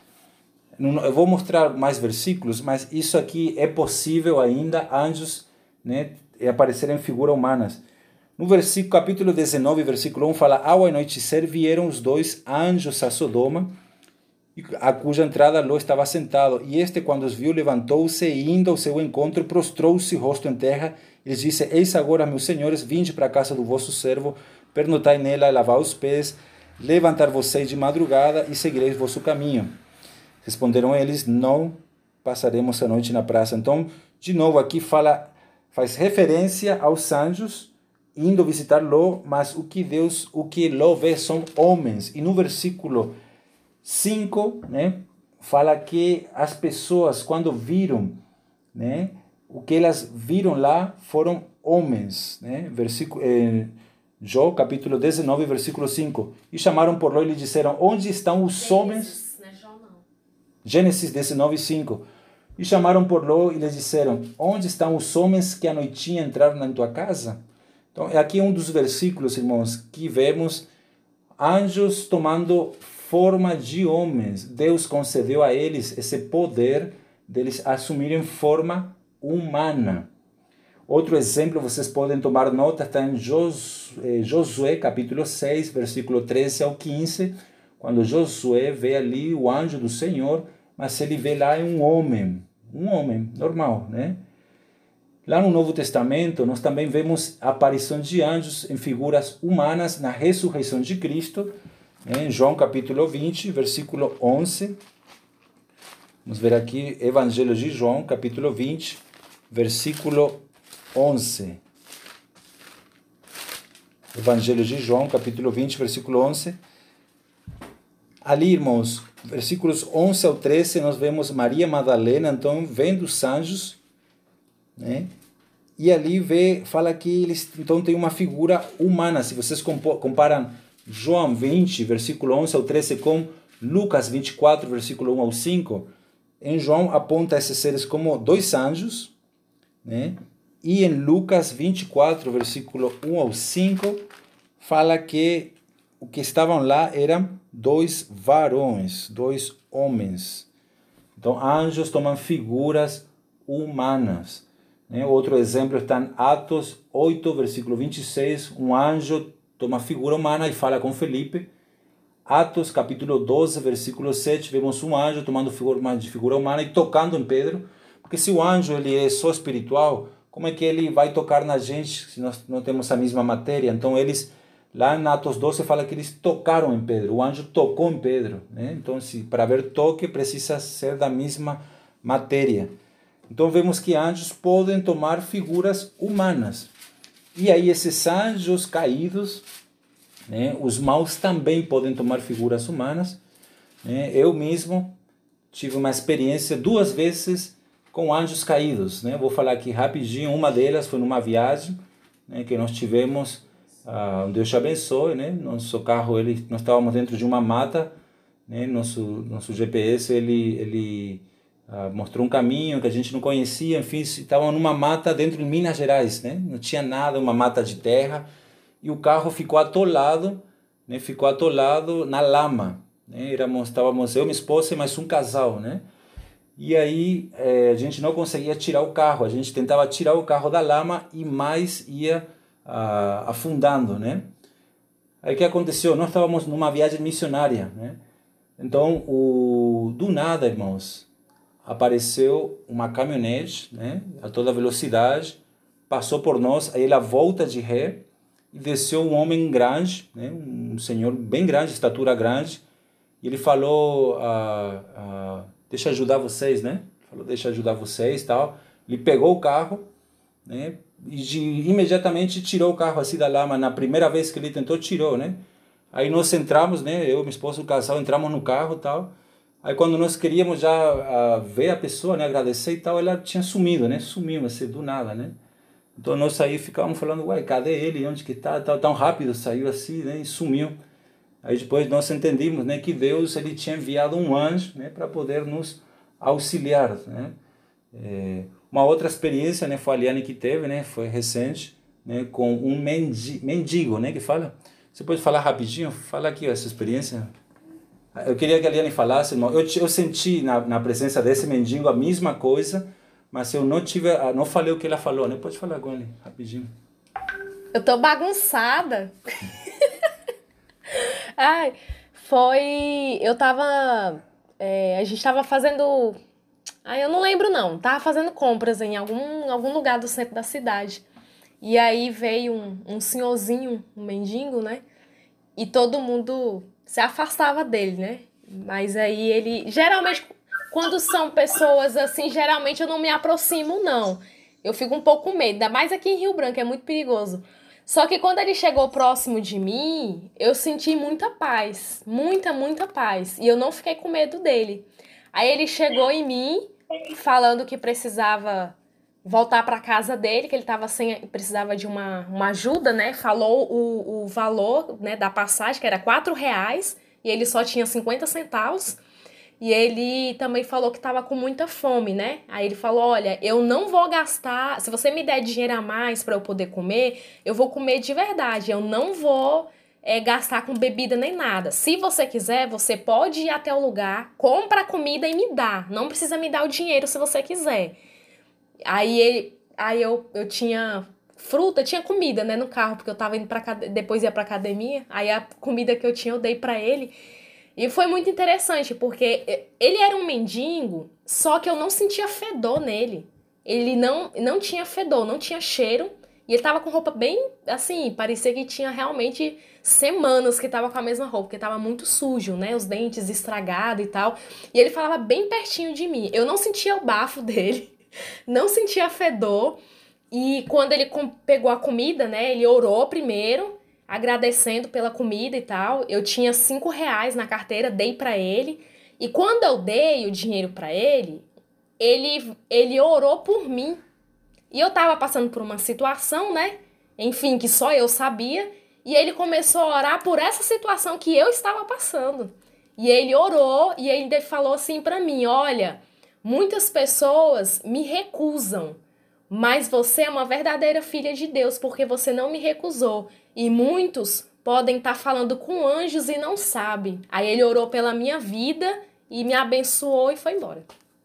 Eu vou mostrar mais versículos, mas isso aqui é possível ainda, anjos, né, aparecerem em figuras humanas. No versículo, capítulo dezenove, versículo um, fala, ao anoitecer vieram os dois anjos a Sodoma, a cuja entrada Ló estava sentado. E este, quando os viu, levantou-se e, indo ao seu encontro, prostrou-se rosto em terra, e lhes disse, eis agora, meus senhores, vinde para a casa do vosso servo, pernotai nela e lavar os pés, levantar vocês de madrugada e seguireis vosso caminho. Responderam eles, não passaremos a noite na praça. Então, de novo, aqui fala, faz referência aos anjos indo visitar Ló, mas o que Deus, o que Ló vê são homens. E no versículo cinco, né, fala que as pessoas, quando viram, né, o que elas viram lá foram homens. Né? Versículo, eh, Jó, capítulo dezenove, versículo cinco. E chamaram por Ló e lhe disseram, onde estão os homens... Gênesis dezenove, cinco. E chamaram por Ló e lhes disseram, onde estão os homens que à noitinha entraram na tua casa? Então, aqui é um dos versículos, irmãos, que vemos anjos tomando forma de homens. Deus concedeu a eles esse poder deles assumirem forma humana. Outro exemplo, vocês podem tomar nota, está em Josué, capítulo seis, versículo treze ao quinze, quando Josué vê ali o anjo do Senhor, mas ele vê lá um homem, um homem normal, né? Lá no Novo Testamento, nós também vemos a aparição de anjos em figuras humanas na ressurreição de Cristo, né? Em João capítulo vinte, versículo onze. Vamos ver aqui, Evangelho de João, capítulo vinte, versículo onze. Evangelho de João, capítulo vinte, versículo onze. Ali, irmãos, versículos onze ao treze, nós vemos Maria Madalena, então, vendo os anjos, né? E ali vê, fala que eles então tem uma figura humana. Se vocês comparam João vinte, versículo onze ao treze, com Lucas vinte e quatro, versículo um ao cinco, em João aponta esses seres como dois anjos, né? E em Lucas vinte e quatro, versículo um ao cinco, fala que o que estavam lá eram dois varões, dois homens. Então, anjos tomam figuras humanas, né? Outro exemplo está em Atos oito, versículo vinte e seis, um anjo toma figura humana e fala com Felipe. Atos capítulo doze, versículo sete, vemos um anjo tomando figura, de figura humana e tocando em Pedro, porque se o anjo ele é só espiritual, como é que ele vai tocar na gente se nós não temos a mesma matéria? Então eles, lá em Atos doze, fala que eles tocaram em Pedro, o anjo tocou em Pedro, né? Então, se, para haver toque, precisa ser da mesma matéria. Então vemos que anjos podem tomar figuras humanas. E aí esses anjos caídos, né, os maus também podem tomar figuras humanas, né? Eu mesmo tive uma experiência duas vezes com anjos caídos, né? Vou falar aqui rapidinho. Uma delas foi numa viagem, né, que nós tivemos, ah, Deus te abençoe, né? Nosso carro, ele, nós estávamos dentro de uma mata, né? Nosso, nosso G P S, ele, ele ah, mostrou um caminho que a gente não conhecia, enfim, estávamos numa mata dentro de Minas Gerais, né? Não tinha nada, uma mata de terra, e o carro ficou atolado, né? Ficou atolado na lama, né? Éramos, estávamos eu, minha esposa e mais um casal, né? E aí eh, a gente não conseguia tirar o carro, a gente tentava tirar o carro da lama e mais ia ah, afundando, né? Aí o que aconteceu? Nós estávamos numa viagem missionária, né? Então, o, do nada, irmãos, apareceu uma caminhonete, né, a toda velocidade, passou por nós, aí ela volta de ré e desceu um homem grande, né, um senhor bem grande, estatura grande, e ele falou, ah, ah, deixa eu ajudar vocês, né? Falou, deixa eu ajudar vocês, tal. Ele pegou o carro, né, e de, imediatamente tirou o carro assim da lama. Na primeira vez que ele tentou, tirou, né? Aí nós entramos, né, eu, minha esposa, o casal, entramos no carro, tal. Aí quando nós queríamos já uh, ver a pessoa, né, agradecer e tal, ela tinha sumido, né? Sumiu assim do nada, né? Então nós aí ficávamos falando, ué, cadê ele? Onde que tá? Tão, tão rápido, saiu assim, né, e sumiu. Aí depois nós entendimos, né, que Deus ele tinha enviado um anjo, né, para poder nos auxiliar, né? É, uma outra experiência, né, foi a Liane que teve, né, foi recente, né, com um mendi, mendigo, né, que fala. Você pode falar rapidinho? Fala aqui ó, essa experiência. Eu queria que a Liane falasse, irmão. Eu, eu senti na, na presença desse mendigo a mesma coisa, mas eu não tive, não falei o que ela falou, né? Pode falar com ele, rapidinho. Eu tô bagunçada. Ai, foi... Eu tava... É, a gente tava fazendo... Ai, eu não lembro não. Tava fazendo compras em algum, algum lugar do centro da cidade. E aí veio um, um senhorzinho, um mendigo, né? E todo mundo se afastava dele, né? Mas aí ele... Geralmente, quando são pessoas assim, geralmente eu não me aproximo, não. Eu fico um pouco com medo. Ainda mais aqui em Rio Branco, é muito perigoso. Só que quando ele chegou próximo de mim, eu senti muita paz. Muita, muita paz. E eu não fiquei com medo dele. Aí ele chegou em mim, falando que precisava voltar para casa dele, que ele tava sem, precisava de uma, uma ajuda, né? Falou o, o valor, né, da passagem, que era quatro reais, e ele só tinha cinquenta centavos. E ele também falou que estava com muita fome, né? Aí ele falou, olha, eu não vou gastar, se você me der dinheiro a mais para eu poder comer, eu vou comer de verdade, eu não vou é, gastar com bebida nem nada. Se você quiser, você pode ir até o lugar, compra a comida e me dá. Não precisa me dar o dinheiro se você quiser. Aí ele, aí eu, eu tinha fruta, tinha comida, né, no carro, porque eu tava indo pra depois ia pra academia, aí a comida que eu tinha eu dei pra ele. E foi muito interessante, porque ele era um mendigo, só que eu não sentia fedor nele. Ele não, não tinha fedor, não tinha cheiro, e ele tava com roupa bem, assim, parecia que tinha realmente semanas que tava com a mesma roupa, porque tava muito sujo, né, os dentes estragados e tal. E ele falava bem pertinho de mim. Eu não sentia o bafo dele, não sentia fedor. E quando ele pegou a comida, né, ele orou primeiro, agradecendo pela comida e tal. Eu tinha cinco reais na carteira, dei pra ele. E quando eu dei o dinheiro pra ele, ele, ele orou por mim. E eu tava passando por uma situação, né, enfim, que só eu sabia. E ele começou a orar por essa situação que eu estava passando. E ele orou e ele falou assim pra mim, olha, muitas pessoas me recusam, mas você é uma verdadeira filha de Deus, porque você não me recusou. E muitos podem estar falando com anjos e não sabem. Aí ele orou pela minha vida e me abençoou e foi embora.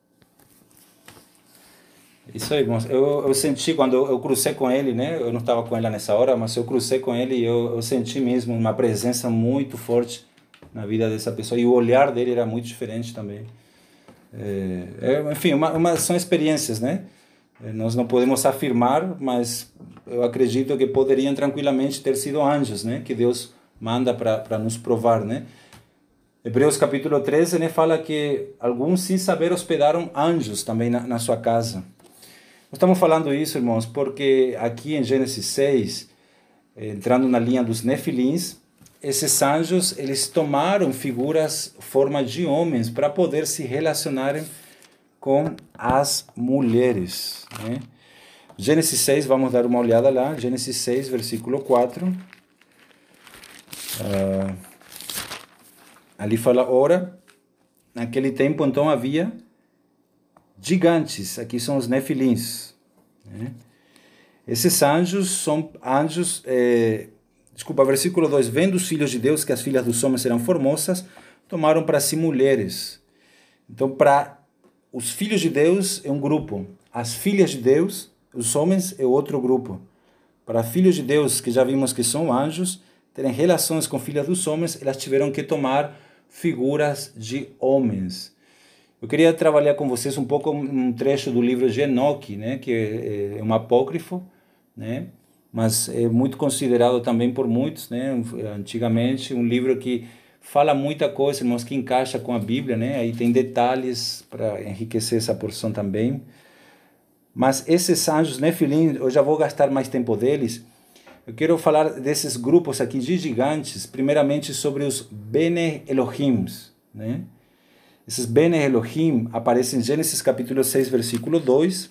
Isso aí, irmãos. Eu, eu senti quando eu, eu cruzei com ele, né? Eu não estava com ele nessa hora, mas eu cruzei com ele e eu, eu senti mesmo uma presença muito forte na vida dessa pessoa. E o olhar dele era muito diferente também. É, é, enfim, uma, uma, são experiências, né? Nós não podemos afirmar, mas eu acredito que poderiam tranquilamente ter sido anjos, né? Que Deus manda para nos provar, né? Hebreus capítulo treze, né? Fala que alguns sem saber hospedaram anjos também na, na sua casa. Nós estamos falando isso, irmãos, porque aqui em Gênesis seis, entrando na linha dos nefilins, esses anjos, eles tomaram figuras, forma de homens, para poder se relacionarem com as mulheres, né? Gênesis seis, vamos dar uma olhada lá. Gênesis seis, versículo quatro. Uh, ali fala, ora, naquele tempo então havia gigantes, aqui são os nefilins, né? Esses anjos são anjos, é, desculpa, versículo dois, vendo os filhos de Deus que as filhas dos homens eram formosas, tomaram para si mulheres. Então, para os filhos de Deus é um grupo, as filhas de Deus, os homens, é outro grupo. Para filhos de Deus, que já vimos que são anjos, terem relações com filhas dos homens, elas tiveram que tomar figuras de homens. Eu queria trabalhar com vocês um pouco um trecho do livro de Enoque, né, que é, é um apócrifo, né, mas é muito considerado também por muitos, né, antigamente, um livro que fala muita coisa, irmãos, que encaixa com a Bíblia, né? Aí tem detalhes para enriquecer essa porção também. Mas esses anjos nefilim, eu já vou gastar mais tempo deles. Eu quero falar desses grupos aqui de gigantes, primeiramente sobre os Bene Elohim, né? Esses Bene Elohim aparecem em Gênesis capítulo seis, versículo dois.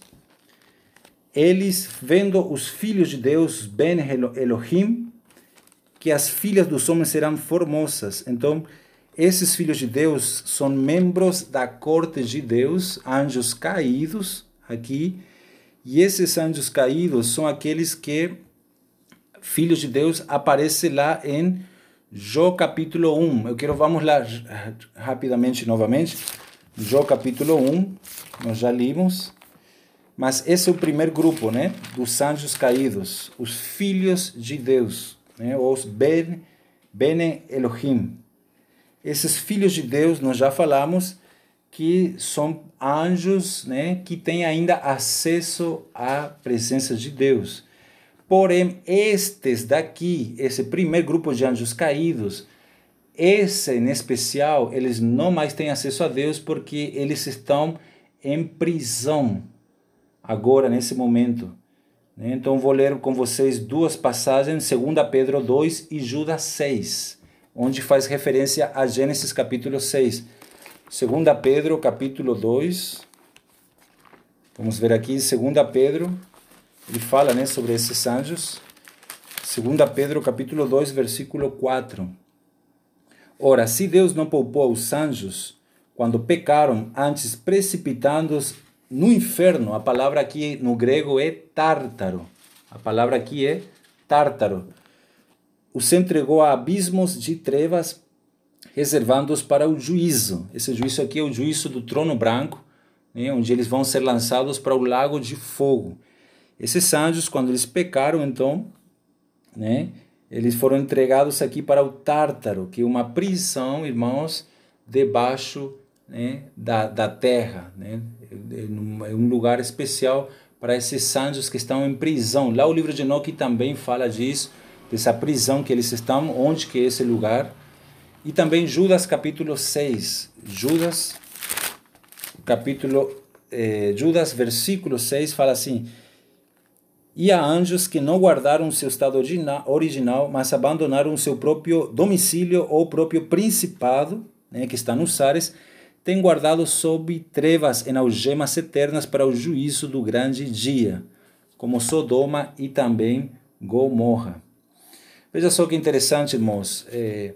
Eles, vendo os filhos de Deus, Bene Elohim, que as filhas dos homens serão formosas. Então, esses filhos de Deus são membros da corte de Deus, anjos caídos aqui, e esses anjos caídos são aqueles que, filhos de Deus, aparecem lá em Jó capítulo um. Eu quero, vamos lá rapidamente novamente, Jó capítulo um, nós já limos, mas esse é o primeiro grupo, né, dos anjos caídos, os filhos de Deus, né, os ben, Bene Elohim. Esses filhos de Deus, nós já falamos que são anjos, né, que têm ainda acesso à presença de Deus. Porém, estes daqui, esse primeiro grupo de anjos caídos, esse em especial, eles não mais têm acesso a Deus porque eles estão em prisão agora, nesse momento. Então, vou ler com vocês duas passagens, Segunda Pedro dois e Judas seis, onde faz referência a Gênesis capítulo seis. Segunda Pedro capítulo dois, vamos ver aqui, Segunda Pedro, ele fala, né, sobre esses anjos. Segunda Pedro capítulo dois, versículo quatro. Ora, se Deus não poupou os anjos quando pecaram, antes precipitando-os no inferno, a palavra aqui no grego é tártaro. A palavra aqui é tártaro. Os entregou a abismos de trevas, reservando-os para o juízo. Esse juízo aqui é o juízo do trono branco, né, onde eles vão ser lançados para o lago de fogo. Esses anjos, quando eles pecaram, então, né, eles foram entregados aqui para o Tártaro, que é uma prisão, irmãos, debaixo, né, da, da terra, né? É um lugar especial para esses anjos que estão em prisão. Lá o livro de Enoque também fala disso, dessa prisão que eles estão, onde que é esse lugar. E também Judas capítulo seis, Judas capítulo, eh, Judas versículo seis fala assim: e há anjos que não guardaram seu estado original, mas abandonaram seu próprio domicílio ou próprio principado, né, que está nos ares, têm guardado sob trevas em algemas eternas para o juízo do grande dia, como Sodoma e também Gomorra. Veja só que interessante, irmãos. É,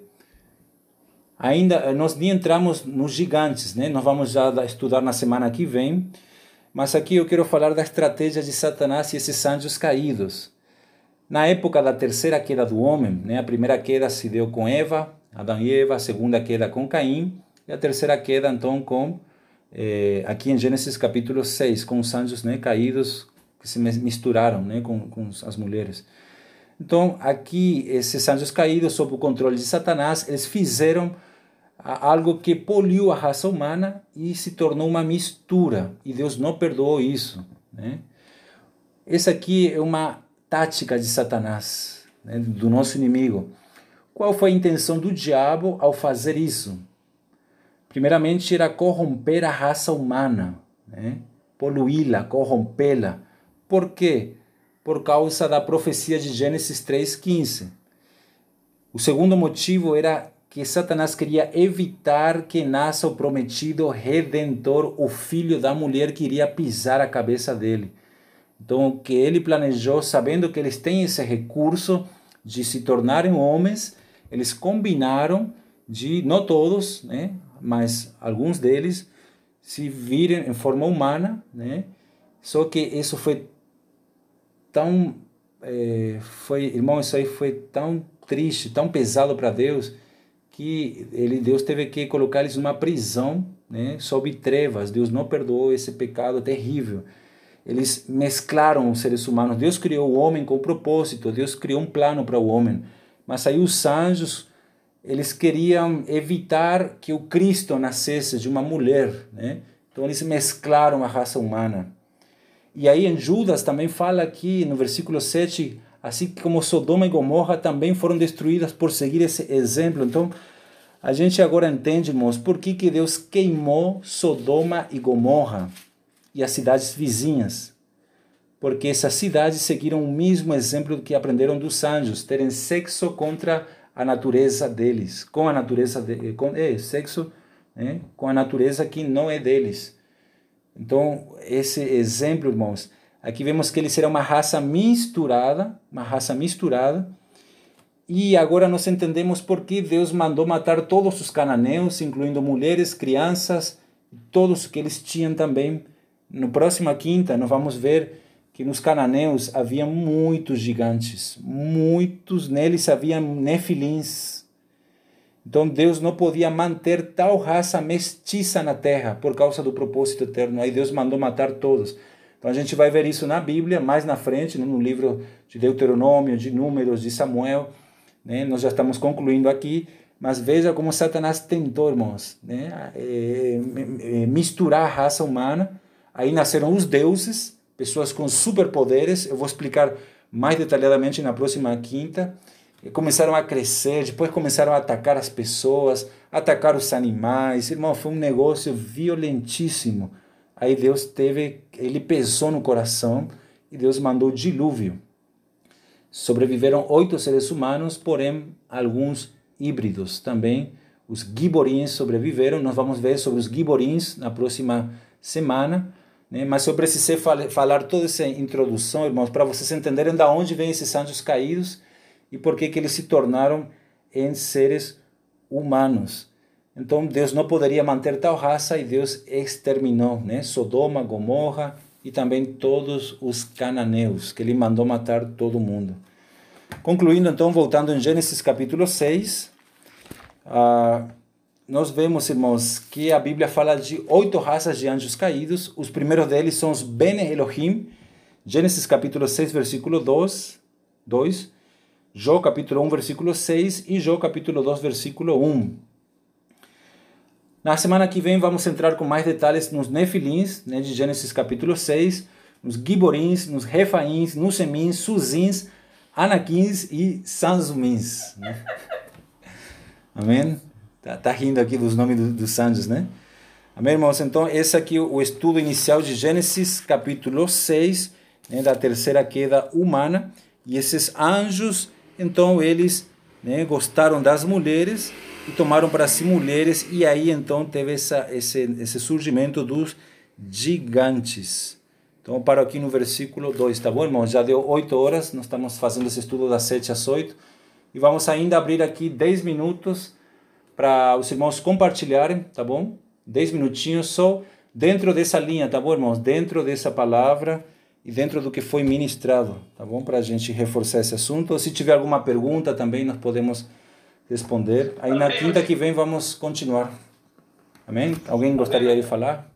ainda nós nem entramos nos gigantes, né? Nós vamos já estudar na semana que vem. Mas aqui eu quero falar da estratégia de Satanás e esses anjos caídos. Na época da terceira queda do homem, né, a primeira queda se deu com Eva, Adão e Eva, a segunda queda com Caim, e a terceira queda então com, eh, aqui em Gênesis capítulo seis, com os anjos, né, caídos que se misturaram, né, com, com as mulheres. Então aqui esses anjos caídos, sob o controle de Satanás, eles fizeram algo que poliu a raça humana e se tornou uma mistura, e Deus não perdoou isso, né? Essa aqui é uma tática de Satanás, né, do nosso inimigo. Qual foi a intenção do diabo ao fazer isso? Primeiramente era corromper a raça humana, né? Poluí-la, corrompê-la. Por quê? Por causa da profecia de Gênesis três, quinze. O segundo motivo era que Satanás queria evitar que nasça o prometido Redentor, o filho da mulher que iria pisar a cabeça dele. Então, o que ele planejou, sabendo que eles têm esse recurso de se tornarem homens, eles combinaram de, não todos, né, mas alguns deles, se virem em forma humana, né? Só que isso foi tão, é, foi, irmão, isso aí foi tão triste, tão pesado para Deus, que ele, Deus teve que colocar eles numa prisão, né, sob trevas. Deus não perdoou esse pecado terrível. Eles mesclaram os seres humanos. Deus criou o homem com propósito, Deus criou um plano para o homem. Mas aí os anjos, eles queriam evitar que o Cristo nascesse de uma mulher, né? Então eles mesclaram a raça humana. E aí em Judas também fala aqui no versículo sete, assim como Sodoma e Gomorra também foram destruídas por seguir esse exemplo. Então a gente agora entende, irmãos, por que que Deus queimou Sodoma e Gomorra e as cidades vizinhas. Porque essas cidades seguiram o mesmo exemplo que aprenderam dos anjos, terem sexo contra a natureza deles, com a natureza de, com é, sexo, né, com a natureza que não é deles. Então, esse exemplo, irmãos, aqui vemos que eles eram uma raça misturada, uma raça misturada, e agora nós entendemos por que Deus mandou matar todos os cananeus, incluindo mulheres, crianças, todos que eles tinham também. No próxima quinta, nós vamos ver que nos cananeus havia muitos gigantes, muitos, neles havia nefilins. Então Deus não podia manter tal raça mestiça na terra por causa do propósito eterno. Aí Deus mandou matar todos. Então a gente vai ver isso na Bíblia, mais na frente, né, no livro de Deuteronômio, de Números, de Samuel. Né? Nós já estamos concluindo aqui, mas veja como Satanás tentou, irmãos, né, é, é, misturar a raça humana. Aí nasceram os deuses, pessoas com superpoderes. Eu vou explicar mais detalhadamente na próxima quinta. E começaram a crescer, depois começaram a atacar as pessoas, atacar os animais. Irmão, foi um negócio violentíssimo. Aí Deus teve, ele pesou no coração e Deus mandou dilúvio. Sobreviveram oito seres humanos, porém alguns híbridos também. Os giborins sobreviveram. Nós vamos ver sobre os giborins na próxima semana. Né? Mas eu precisei fal falar toda essa introdução, irmãos, para vocês entenderem de onde vêm esses anjos caídos e por que que eles se tornaram em seres humanos. Então Deus não poderia manter tal raça e Deus exterminou, né? Sodoma, Gomorra e também todos os cananeus, que ele mandou matar todo mundo. Concluindo então, voltando em Gênesis capítulo seis, uh, nós vemos, irmãos, que a Bíblia fala de oito raças de anjos caídos. Os primeiros deles são os Bene Elohim. Gênesis capítulo seis, versículo dois, dois, Jó capítulo um, versículo seis e Jó capítulo dois, versículo um. Na semana que vem vamos entrar com mais detalhes nos Nefilins, né, de Gênesis capítulo seis, nos Giborins, nos Refaíns, nos Semins, Suzins, Anaquins e Sanzumins. Né? Amém? Tá, tá rindo aqui dos nomes do, dos anjos, né? Amém, irmãos? Então, esse aqui é o estudo inicial de Gênesis capítulo seis, né, da terceira queda humana. E esses anjos, então, eles, né, gostaram das mulheres e tomaram para si mulheres. E aí, então, teve essa, esse, esse surgimento dos gigantes. Então, eu paro aqui no versículo dois, tá bom, irmãos? Já deu oito horas, nós estamos fazendo esse estudo das sete às oito. E vamos ainda abrir aqui dez minutos para os irmãos compartilharem, tá bom? dez minutinhos só dentro dessa linha, tá bom, irmãos? Dentro dessa palavra e dentro do que foi ministrado, tá bom? Para a gente reforçar esse assunto. Se tiver alguma pergunta também nós podemos responder. Aí na quinta que vem vamos continuar. Amém? Alguém gostaria de falar?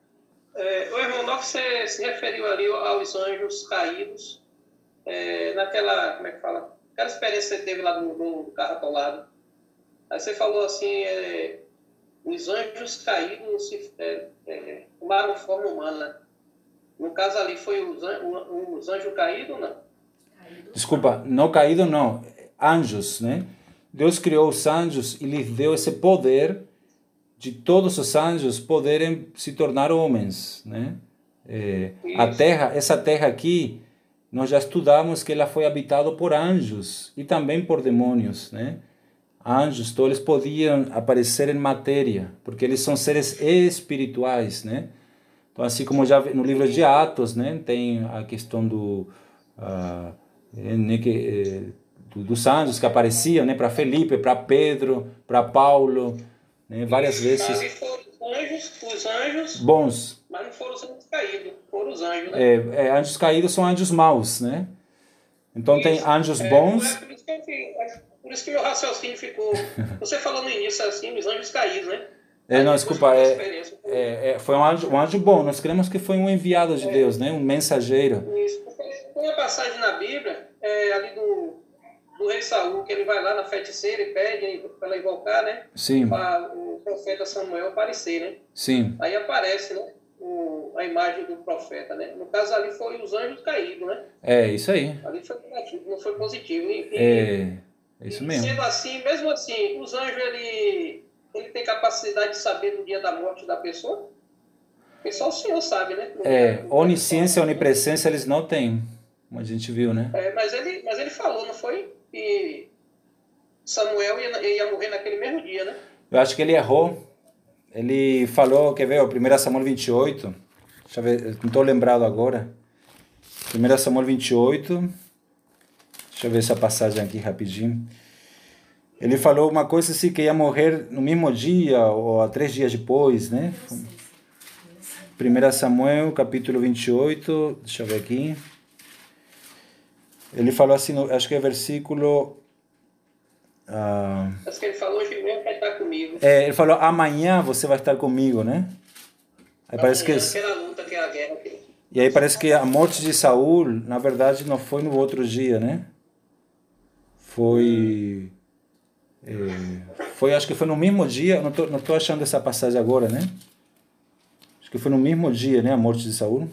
É, o irmão, nós você se referiu ali aos anjos caídos, é, naquela, como é que fala? Aquela experiência que você teve lá no, no carro atolado. Aí você falou assim, é, os anjos caídos se, é, é, tomaram forma humana. No caso ali foi os, os anjos caídos ou não? Desculpa, não caído não, anjos, né? Deus criou os anjos e lhes deu esse poder de todos os anjos poderem se tornar homens, né? É, a terra, essa terra aqui, nós já estudamos que ela foi habitada por anjos e também por demônios, né? Anjos, então eles podiam aparecer em matéria, porque eles são seres espirituais, né? Então, assim como já no livro de Atos, né, tem a questão do, uh, né, que, do, dos anjos que apareciam, né, para Felipe, para Pedro, para Paulo, né, várias vezes. Ali foram os anjos, os anjos bons. Mas não foram os anjos caídos, foram os anjos, né? É, é, anjos caídos são anjos maus, né? Então isso, tem anjos é, bons. É por, isso que eu, por isso que meu raciocínio ficou. Você falou no início assim, os anjos caídos, né? É, não, desculpa, é, é, é, foi um anjo, um anjo bom. Nós cremos que foi um enviado de é, Deus, né? Um mensageiro. Isso. Tem uma passagem na Bíblia, é, ali do, do rei Saul, que ele vai lá na feiticeira e pede para ela invocar, né? Sim. Para o profeta Samuel aparecer, né? Sim. Aí aparece, né? O, a imagem do profeta, né? No caso ali foi os anjos caídos, né? É, isso aí. Ali foi negativo, não foi positivo. E, é, é isso mesmo. Sendo assim, mesmo assim, os anjos, ele, ele tem capacidade de saber do dia da morte da pessoa? Porque só o Senhor sabe, né? No é, dia, onisciência, onipresença eles não têm, como a gente viu, né? É, mas, ele, mas ele falou, não foi? Que Samuel ia, ia morrer naquele mesmo dia, né? Eu acho que ele errou. Ele falou, quer ver, primeiro Samuel vinte e oito, deixa eu ver, não estou lembrado agora, primeiro Samuel vinte e oito, deixa eu ver essa passagem aqui rapidinho. Ele falou uma coisa assim, que ia morrer no mesmo dia, ou três dias depois, né? primeiro Samuel, capítulo vinte e oito, deixa eu ver aqui. Ele falou assim, acho que é versículo... Uh, acho que ele falou, hoje mesmo vai estar comigo. É, ele falou, amanhã você vai estar comigo, né? Aí amanhã, parece que... aquela luta, aquela guerra. E aí parece que a morte de Saul, na verdade, não foi no outro dia, né? Foi... É, foi, acho que foi no mesmo dia, não tô, não tô achando essa passagem agora, né? Acho que foi no mesmo dia, né, a morte de Saul.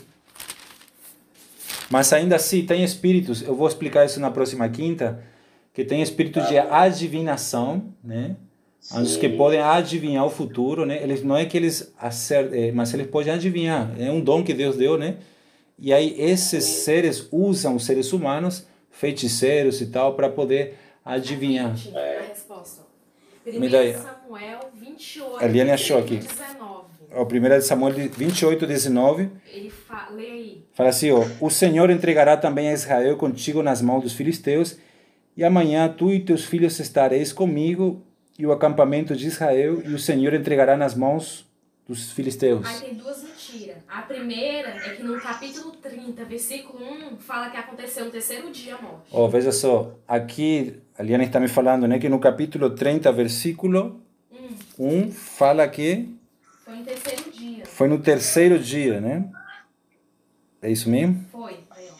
Mas ainda assim, tem espíritos, eu vou explicar isso na próxima quinta, que tem espírito de adivinação, né? Anjos que podem adivinhar o futuro, né? Eles, não é que eles acertem, mas eles podem adivinhar. É um dom que Deus deu, né? E aí esses seres usam os seres humanos, feiticeiros e tal, para poder adivinhar. A resposta. primeiro Samuel vinte e oito, a Eliane achou aqui. dezenove. O primeiro Samuel vinte e oito, dezenove. Ele fala, lê aí. Fala assim, ó, o Senhor entregará também a Israel contigo nas mãos dos filisteus, e amanhã tu e teus filhos estareis comigo e o acampamento de Israel, e o Senhor entregará nas mãos dos filisteus. Aí tem duas mentiras. A primeira é que no capítulo trinta, versículo um, fala que aconteceu no terceiro dia a morte. Ó, veja só, aqui a Liana está me falando, né, que no capítulo trinta, versículo um, um fala que... Foi no terceiro dia. Foi no terceiro dia, né? É isso mesmo? Foi. Aí, ó.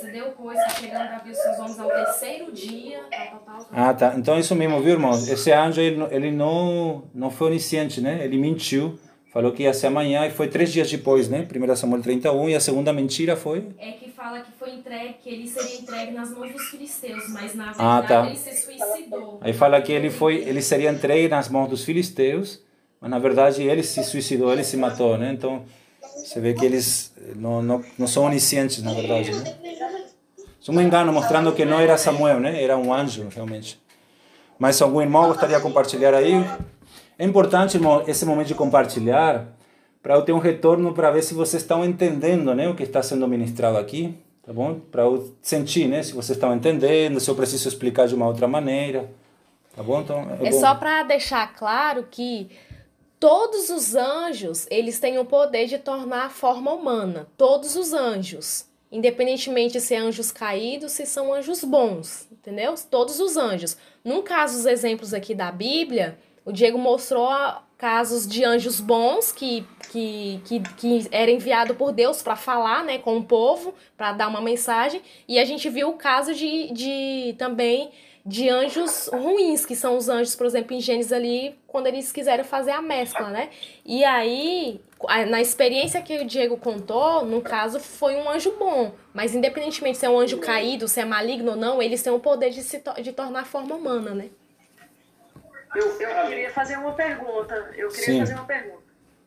sucedeu coisa, chegando a ver os seus homens ao terceiro dia, tal, tal, tal. Ah, tá. Então isso mesmo, viu, irmãos? Esse anjo, ele, ele não, não foi onisciente, né? Ele mentiu, falou que ia ser amanhã e foi três dias depois, né? primeiro Samuel trinta e um, e a segunda mentira foi... É que fala que foi entregue, que ele seria entregue nas mãos dos filisteus, mas na verdade ah, tá. ele se suicidou. Aí fala que ele, foi, ele seria entregue nas mãos dos filisteus, mas na verdade ele se suicidou, ele se matou, né? Então... Você vê que eles não, não, não são oniscientes, na verdade, né? Isso é um engano, mostrando que não era Samuel, né? Era um anjo, realmente. Mas se algum irmão gostaria de compartilhar aí, é importante, irmão, esse momento de compartilhar, para eu ter um retorno, para ver se vocês estão entendendo, né, o que está sendo ministrado aqui, tá bom? Para eu sentir, né, se vocês estão entendendo, se eu preciso explicar de uma outra maneira, tá bom? Então, é, é bom. Só para deixar claro que todos os anjos, eles têm o poder de tornar a forma humana. Todos os anjos. Independentemente se são anjos caídos, se são anjos bons. Entendeu? Todos os anjos. No caso, os exemplos aqui da Bíblia, o Diego mostrou casos de anjos bons que, que, que, que era enviado por Deus para falar, né, com o povo, para dar uma mensagem. E a gente viu o caso de, de também... de anjos ruins, que são os anjos, por exemplo, em Gênesis ali, quando eles quiseram fazer a mescla, né? E aí, na experiência que o Diego contou, no caso, foi um anjo bom. Mas independentemente se é um anjo caído, se é maligno ou não, eles têm o poder de se to- de tornar a forma humana, né? Eu, eu queria fazer uma pergunta. Eu queria Sim. fazer uma pergunta.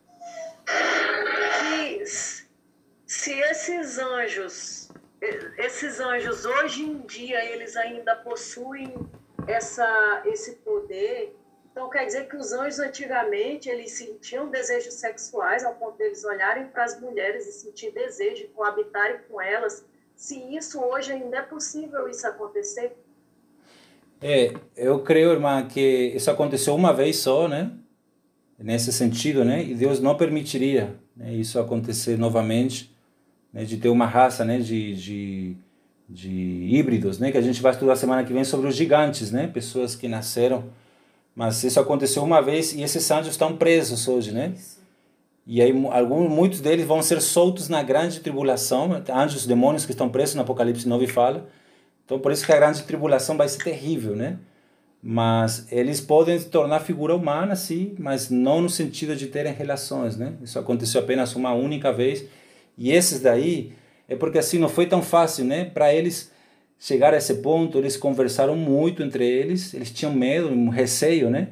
Que, se esses anjos... Esses anjos, hoje em dia, eles ainda possuem essa, esse poder. Então, quer dizer que os anjos, antigamente, eles sentiam desejos sexuais, ao ponto de eles olharem para as mulheres e sentir desejo de coabitarem com elas. Se isso hoje ainda é possível isso acontecer? É, eu creio, irmã, que isso aconteceu uma vez só, né? Nesse sentido, né? E Deus não permitiria, né, isso acontecer novamente. Né, de ter uma raça, né, de, de, de híbridos, né, que a gente vai estudar semana que vem sobre os gigantes, né, pessoas que nasceram, mas isso aconteceu uma vez e esses anjos estão presos hoje, né, e aí alguns, muitos deles vão ser soltos na grande tribulação, anjos, demônios que estão presos no Apocalipse nove fala, então por isso que a grande tribulação vai ser terrível, né, mas eles podem se tornar figura humana, sim, mas não no sentido de terem relações, né, isso aconteceu apenas uma única vez. E esses daí, é porque assim não foi tão fácil, né? Para eles chegar a esse ponto, eles conversaram muito entre eles, eles tinham medo, um receio, né?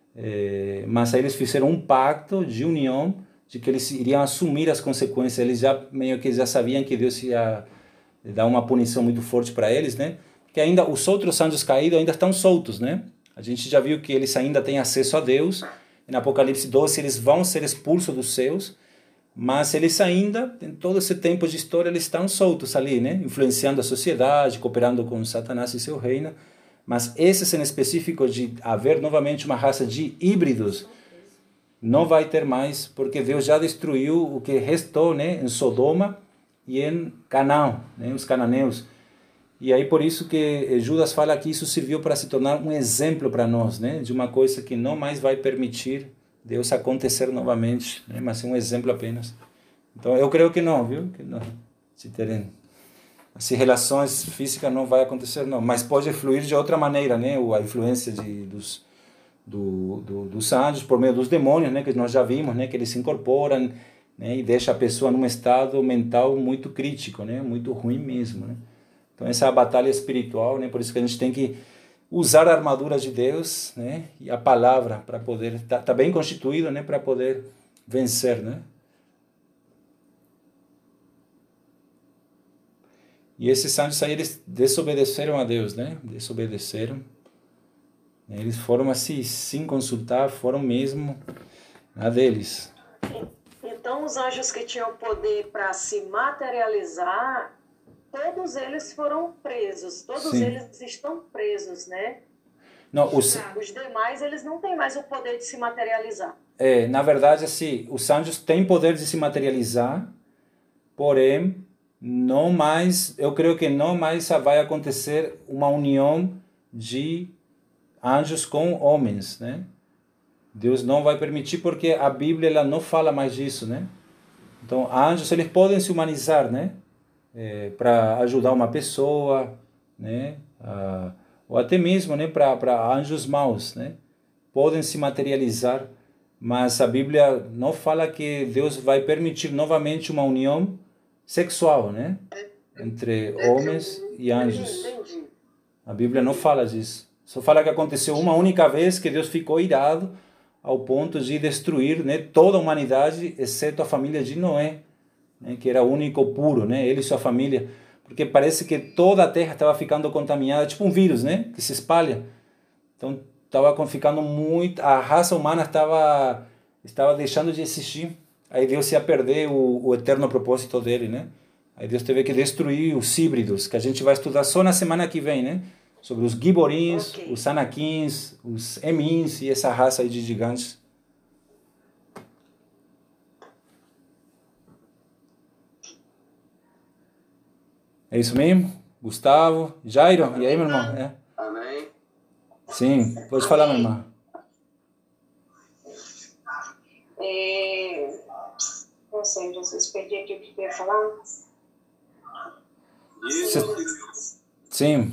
É, mas aí eles fizeram um pacto de união, de que eles iriam assumir as consequências. Eles já meio que já sabiam que Deus ia dar uma punição muito forte para eles, né? Que ainda os outros anjos caídos ainda estão soltos, né? A gente já viu que eles ainda têm acesso a Deus. Em Apocalipse doze, eles vão ser expulsos dos céus. Mas eles ainda, em todo esse tempo de história, eles estão soltos ali, né? Influenciando a sociedade, cooperando com Satanás e seu reino. Mas esses em específico de haver novamente uma raça de híbridos, não vai ter mais, porque Deus já destruiu o que restou, né? Em Sodoma e em Canaã, né? Os cananeus. E aí por isso que Judas fala que isso serviu para se tornar um exemplo para nós, né? De uma coisa que não mais vai permitir Deus acontecer novamente, né? Mas é um exemplo apenas. Então eu creio que não, viu? Que não. Se terem assim, relações físicas não vai acontecer não, mas pode fluir de outra maneira, né? A influência de, dos do, do, dos anjos por meio dos demônios, né? Que nós já vimos, né? Que eles se incorporam, né? E deixa a pessoa num estado mental muito crítico, né? Muito ruim mesmo, né? Então essa é a batalha espiritual, né? Por isso que a gente tem que usar a armadura de Deus, né, e a palavra para poder tá, tá bem constituído, né, para poder vencer, né? E esses anjos aí eles desobedeceram a Deus, né? Desobedeceram. Eles foram assim, sem consultar, foram mesmo a deles. Então os anjos que tinham poder para se materializar, todos eles foram presos, todos Sim. eles estão presos, né? Não, os, os demais, eles não têm mais o poder de se materializar. É, na verdade, assim, os anjos têm poder de se materializar, porém, não mais, eu creio que não mais vai acontecer uma união de anjos com homens, né? Deus não vai permitir porque a Bíblia ela não fala mais disso, né? Então, anjos, eles podem se humanizar, né? é, para ajudar uma pessoa, né? Ah, ou até mesmo, né, para para anjos maus, né? Podem se materializar, mas a Bíblia não fala que Deus vai permitir novamente uma união sexual, né? Entre homens e anjos. A Bíblia não fala disso. Só fala que aconteceu uma única vez que Deus ficou irado ao ponto de destruir, né, toda a humanidade, exceto a família de Noé, né, que era o único puro, né, ele e sua família, porque parece que toda a terra estava ficando contaminada, tipo um vírus, né, que se espalha. Então estava ficando muito, a raça humana estava estava deixando de existir. Aí Deus ia perder o, o eterno propósito dele, né? Aí Deus teve que destruir os híbridos, que a gente vai estudar só na semana que vem, né? Sobre os Giborins, okay. Os Anakins, os Emins e essa raça aí de gigantes. É isso mesmo? Gustavo, Jairo, e aí, meu irmão? É. Amém. Sim, pode falar, minha irmã. É... Não sei, Jesus, perdi aqui o que eu ia falar. Isso. Sim.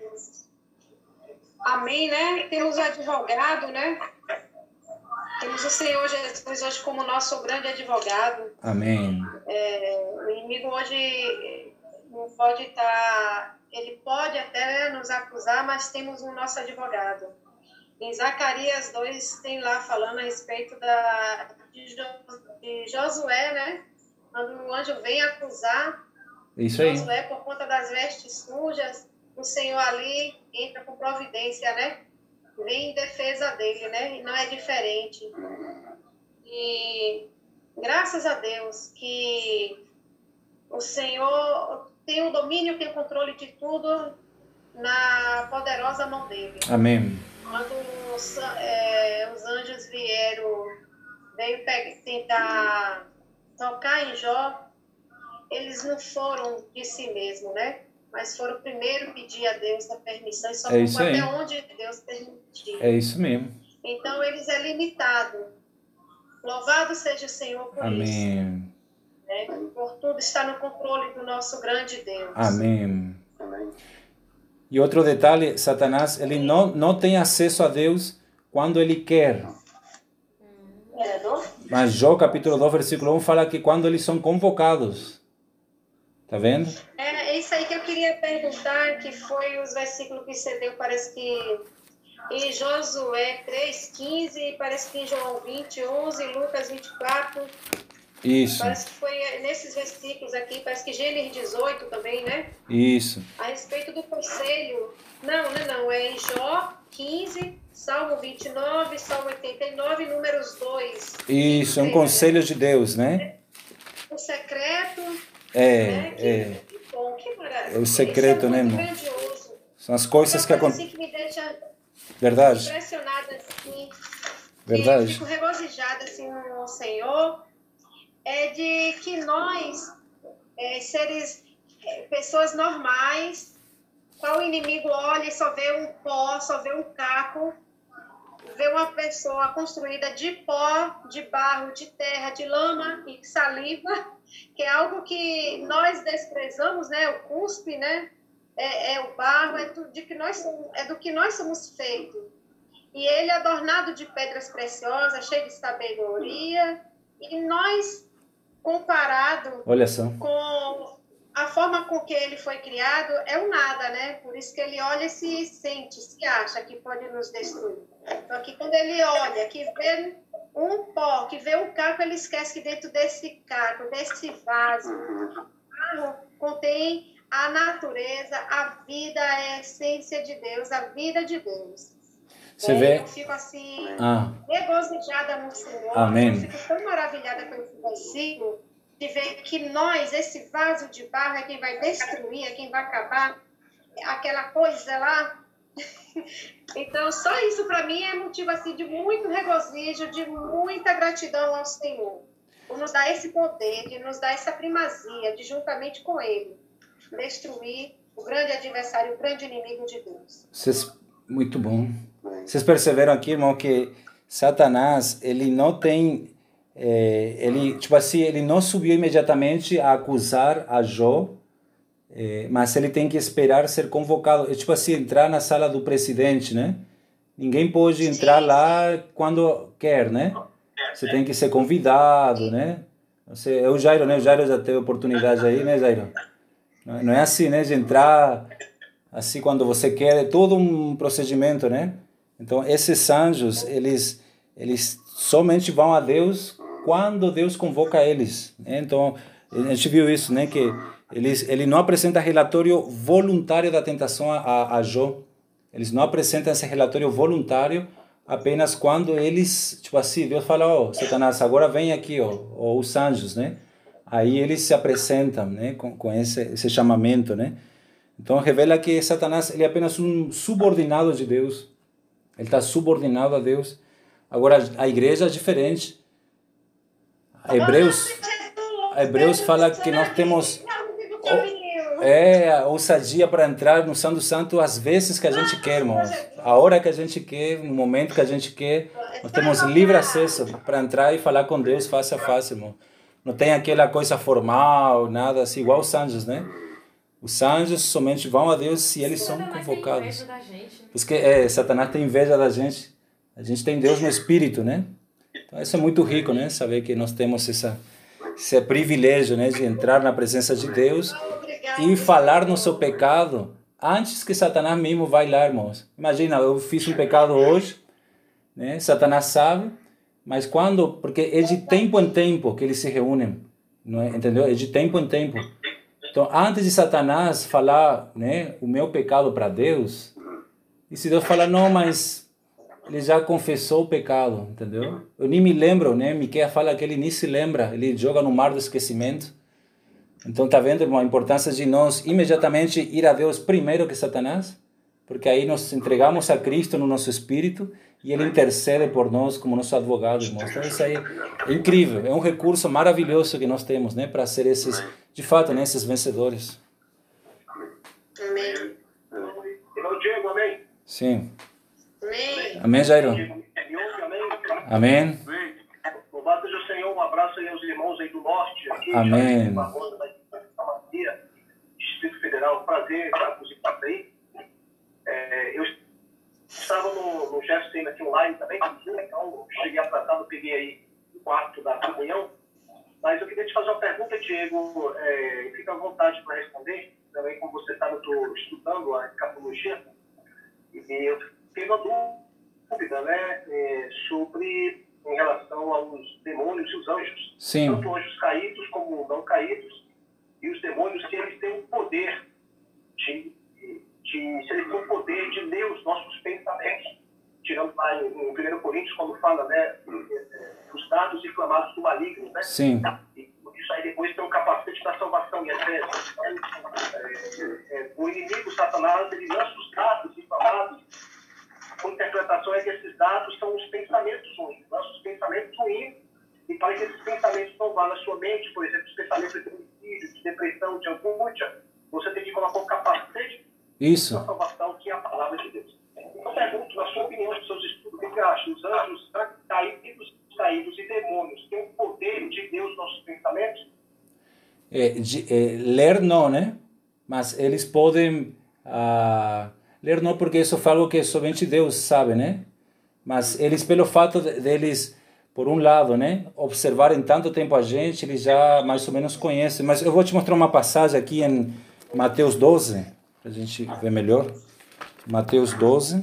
Amém, né? Temos o advogado, né? Temos o Senhor Jesus hoje como nosso grande advogado. Amém. É, o inimigo hoje não pode estar... Ele pode até nos acusar, mas temos o nosso advogado. Em Zacarias dois tem lá falando a respeito da, de, jo, de Josué, né? Quando o anjo vem acusar Isso aí. Josué por conta das vestes sujas, o Senhor ali entra com providência, né? Vem em defesa dele, né? E não é diferente. E graças a Deus que o Senhor tem o domínio, tem o controle de tudo na poderosa mão dele. Amém. Quando os, é, os anjos vieram, veio pegar, tentar tocar em Jó, eles não foram de si mesmo, né? Mas foram primeiro pedir a Deus a permissão e só é isso até aí. onde Deus permitiu. É isso mesmo. Então, eles é limitado. Louvado seja o Senhor por Amém. isso. Né? Por tudo está no controle do nosso grande Deus. Amém. Amém. E outro detalhe, Satanás, ele não, não tem acesso a Deus quando ele quer. É, não? Mas Jó, capítulo dois, versículo um, fala que quando eles são convocados. Tá vendo? É, é isso aí que eu queria perguntar, que foi os versículos que você deu, parece que em Josué três, quinze, parece que em João vinte, onze, Lucas vinte e quatro. Isso. Parece que foi nesses versículos aqui, parece que Gênesis dezoito também, né? Isso. A respeito do conselho. Não, não, não. É em Jó quinze, Salmo vinte e nove, Salmo oitenta e nove, Números dois. Isso, é um conselho de Deus, né? O secreto. É, né? que, é. Que bom, que maravilha. É o secreto, é né, irmão? Grandioso. São as coisas que acontecem. Assim que me deixa Verdade. impressionada, assim. Verdade. Eu fico regozijada, assim, no Senhor. É de que nós, é, seres, é, pessoas normais, qual o inimigo olha e só vê um pó, só vê um caco, vê uma pessoa construída de pó, de barro, de terra, de lama e saliva, que é algo que nós desprezamos, né? O cuspe, né? É, é o barro, é do, de que nós somos, é do que nós somos feitos. E ele é adornado de pedras preciosas, cheio de sabedoria, e nós, comparado Olha só. com a forma com que ele foi criado, é o nada, né? Por isso que ele olha e se sente, se acha que pode nos destruir. Então, que quando ele olha, que vê um pó, que vê um caco, ele esquece que dentro desse caco, desse vaso, barro, contém a natureza, a vida, a essência de Deus, a vida de Deus. Você é, vê? Eu fico assim, ah. regozijada no Senhor. Amém. Eu fico tão maravilhada com esse versículo, de ver que nós, esse vaso de barro, é quem vai destruir, é quem vai acabar aquela coisa lá. Então, só isso para mim é motivo assim, de muito regozijo, de muita gratidão ao Senhor, por nos dar esse poder, de nos dar essa primazia, de juntamente com Ele, destruir o grande adversário, o grande inimigo de Deus. Vocês, muito bom. Vocês perceberam aqui, irmão, que Satanás, ele não tem... É, ele, tipo assim, ele não subiu imediatamente a acusar a Jó É, mas ele tem que esperar ser convocado. É tipo assim, entrar na sala do presidente, né? Ninguém pode entrar lá quando quer, né? Você tem que ser convidado, né? Você, é o Jairo, né? O Jairo já teve oportunidade aí, né, Jairo? Não, não é assim, né? De entrar assim quando você quer, é todo um procedimento, né? Então, esses anjos, eles, eles somente vão a Deus quando Deus convoca eles, né? Então, a gente viu isso, né? Que eles, ele não apresenta relatório voluntário da tentação a, a Jó. Eles não apresentam esse relatório voluntário apenas quando eles, tipo assim, Deus fala, ó, oh, Satanás, agora vem aqui, ó, ou os anjos, né? Aí eles se apresentam, né? Com, com esse, esse chamamento, né? Então, revela que Satanás, ele é apenas um subordinado de Deus. Ele está subordinado a Deus. Agora, a igreja é diferente. A Hebreus, a Hebreus fala que nós temos é, a ousadia para entrar no Santo Santo às vezes que a gente quer, irmãos. A hora que a gente quer, no momento que a gente quer. Nós temos livre acesso para entrar e falar com Deus face a face, irmão. Não tem aquela coisa formal, nada assim, igual os anjos, né? Os anjos somente vão a Deus se eles são convocados. Porque é, Satanás tem inveja da gente. A gente tem Deus no Espírito, né? Então isso é muito rico, né? Saber que nós temos essa, esse privilégio, né? De entrar na presença de Deus e falar no seu pecado antes que Satanás mesmo vai lá, irmãos. Imagina, eu fiz um pecado hoje, né? Satanás sabe, mas quando... Porque é de tempo em tempo que eles se reúnem, não é? Entendeu? É de tempo em tempo. Então, antes de Satanás falar, né, o meu pecado para Deus, e se Deus falar, não, mas ele já confessou o pecado, entendeu? Eu nem me lembro, né? Miqueias fala que ele nem se lembra, ele joga no mar do esquecimento. Então, tá vendo, irmão, a importância de nós imediatamente ir a Deus primeiro que Satanás? Porque aí nós entregamos a Cristo no nosso espírito e ele intercede por nós como nosso advogado, irmão. Então, isso aí é incrível, é um recurso maravilhoso que nós temos, né, para ser esses, de fato, né, esses vencedores. Amém. Irmão Diego, amém? Sim. Amém. Amém, Jairo? Amém. Louvado seja o Senhor, um abraço aí aos irmãos aí do norte, aqui, amém. Distrito Federal, prazer estar com os irmãos aí. É, eu estava no, no Jefferson aqui online também, então cheguei atrasado, peguei aí o quarto da comunhão, mas eu queria te fazer uma pergunta, Diego, é, fica à vontade para responder, também como você está estudando a escatologia, e eu tenho uma dúvida, né, é, sobre, em relação aos demônios e os anjos, Sim. Tanto anjos caídos como não caídos, e os demônios, se eles têm o poder de, de se eles têm o poder de ler os nossos pensamentos, tirando lá em, em primeiro Coríntios, quando fala, né, os dados inflamados do maligno, né? Sim. E isso aí depois tem um capacete da salvação e Efésios. É, é, o inimigo, Satanás, ele lança os dados inflamados. A interpretação é que esses dados são os pensamentos ruins, lança os pensamentos ruins, e para que esses pensamentos não vá na sua mente, por exemplo, os pensamentos de homicídio, de depressão, de angústia, você tem que colocar um capacete Isso. da salvação, que é a palavra de Deus. Então, pergunto, na sua opinião, nos seus estudos, o que você acha? Os anjos caídos, caídos e demônios têm o poder de Deus nos nossos pensamentos? É, de, é, ler não, né? Mas eles podem... Uh, ler não, porque isso foi algo que somente Deus sabe, né? Mas eles, pelo fato deles... De por um lado, né, observarem tanto tempo a gente, eles já mais ou menos conhecem. Mas eu vou te mostrar uma passagem aqui em Mateus doze, para a gente ver melhor. Mateus doze.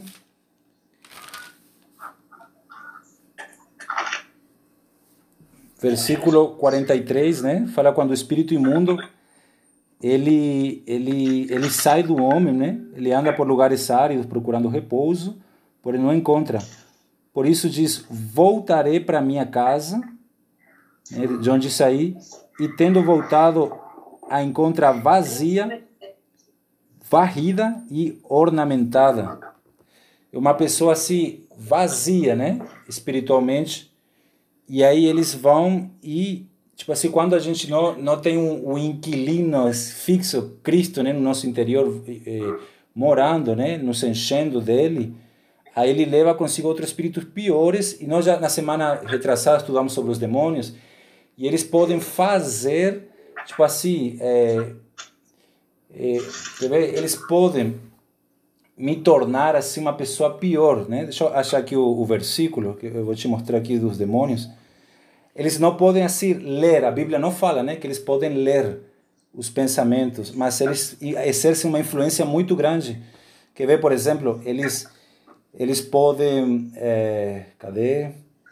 Versículo quarenta e três, né, fala quando o espírito imundo, ele, ele, ele sai do homem, né, ele anda por lugares áridos procurando repouso, porém não encontra. Por isso diz, voltarei para minha casa, né, de onde saí, e tendo voltado, a encontra vazia, varrida e ornamentada. É uma pessoa assim, vazia, né, espiritualmente. E aí eles vão e, tipo assim, quando a gente não, não tem um, um inquilino fixo, Cristo, né, no nosso interior, eh, morando, né, nos enchendo dele, aí ele leva consigo outros espíritos piores, e nós já na semana retrasada estudamos sobre os demônios, e eles podem fazer, tipo assim, é, é, eles podem me tornar assim uma pessoa pior, né? Deixa eu achar aqui o, o versículo, que eu vou te mostrar aqui dos demônios. Eles não podem assim ler, a Bíblia não fala, né, que eles podem ler os pensamentos, mas eles exercem uma influência muito grande. Quer ver, por exemplo, eles eles podem, é, cadê?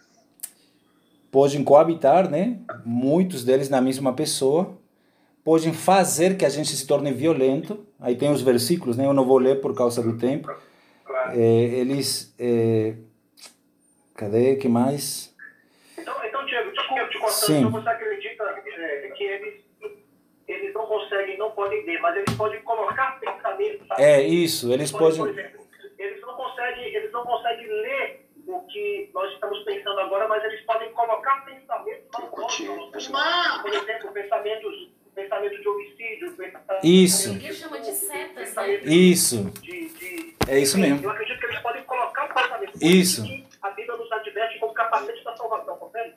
Podem coabitar, né? Muitos deles na mesma pessoa, podem fazer que a gente se torne violento. Aí tem os versículos, né? Eu não vou ler por causa do tempo. É, eles, é, cadê? Que mais? Então, então Diego, desculpa te cortando, Sim. então você acredita é, que eles, eles não conseguem, não podem ver, mas eles podem colocar pensamentos. Sabe? É isso, eles podem... Por exemplo, eles não conseguem, eles não conseguem ler o que nós estamos pensando agora, mas eles podem colocar pensamentos nas nossas. Por exemplo, pensamentos, pensamentos de homicídio, pensamentos Isso. Ele chama de setas, né? Isso. De, de, É isso mesmo. Eu acredito que eles podem colocar pensamentos. Isso. Que a Bíblia nos adverte como capacete da salvação, confere?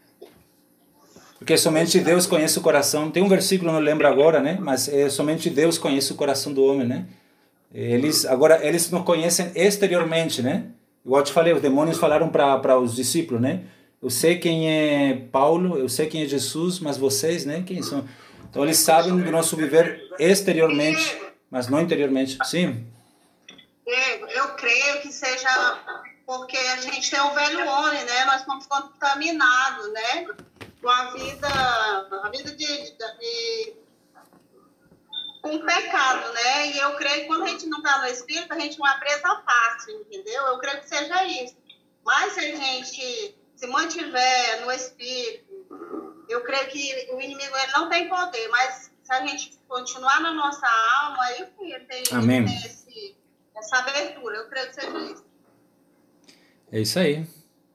Porque somente Deus conhece o coração. Tem um versículo, não lembro agora, né? Mas é, somente Deus conhece o coração do homem, né? Eles, agora, eles não conhecem exteriormente, né? Igual eu te falei, os demônios falaram para os discípulos, né? Eu sei quem é Paulo, eu sei quem é Jesus, mas vocês, né? Quem são? Então eles sabem do nosso viver exteriormente, mas não interiormente. Sim. Eu creio que seja porque a gente tem o velho homem, né? Nós fomos contaminados, né? Com a vida, a vida de, de, de com o pecado, né? E eu creio que quando a gente não está no Espírito, a gente não é presa fácil, entendeu? Eu creio que seja isso. Mas se a gente se mantiver no Espírito, eu creio que o inimigo ele não tem poder, mas se a gente continuar na nossa alma, aí sim, ele tem, Amém. ele tem esse, essa abertura. Eu creio que seja isso. É isso aí.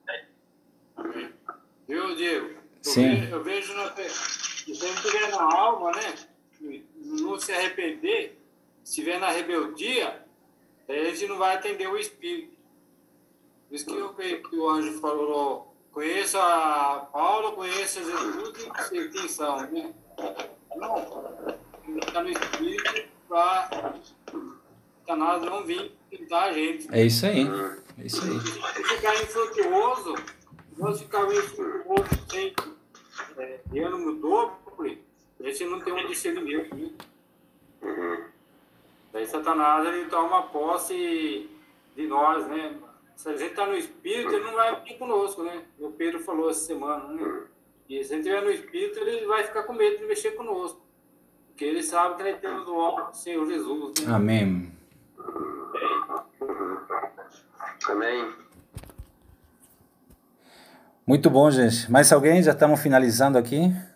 Viu, Diego? Eu Sim. Vejo, eu vejo na, se você estiver na alma, né? Não se arrepender, se estiver na rebeldia, a gente não vai atender o Espírito. Por isso que eu creio que o anjo falou, conheça a Paulo, conheça Jesus e sei quem são, né? Não, está no Espírito para Satanás não vir tentar a gente. É isso aí. É isso aí. Se ficar infrutuoso, nós ficamos infrutuoso sem é, ânimo dobro, a gente não tem um discernimento, né? Uhum. Daí Satanás ele toma posse de nós, né? Se a gente está no Espírito, ele não vai vir conosco, né? O Pedro falou essa semana, né? E se a gente estiver no Espírito, ele vai ficar com medo de mexer conosco. Porque ele sabe que nós temos o óbvio do Senhor Jesus, né? Amém. Amém. Muito bom, gente. Mais alguém? Já estamos finalizando aqui.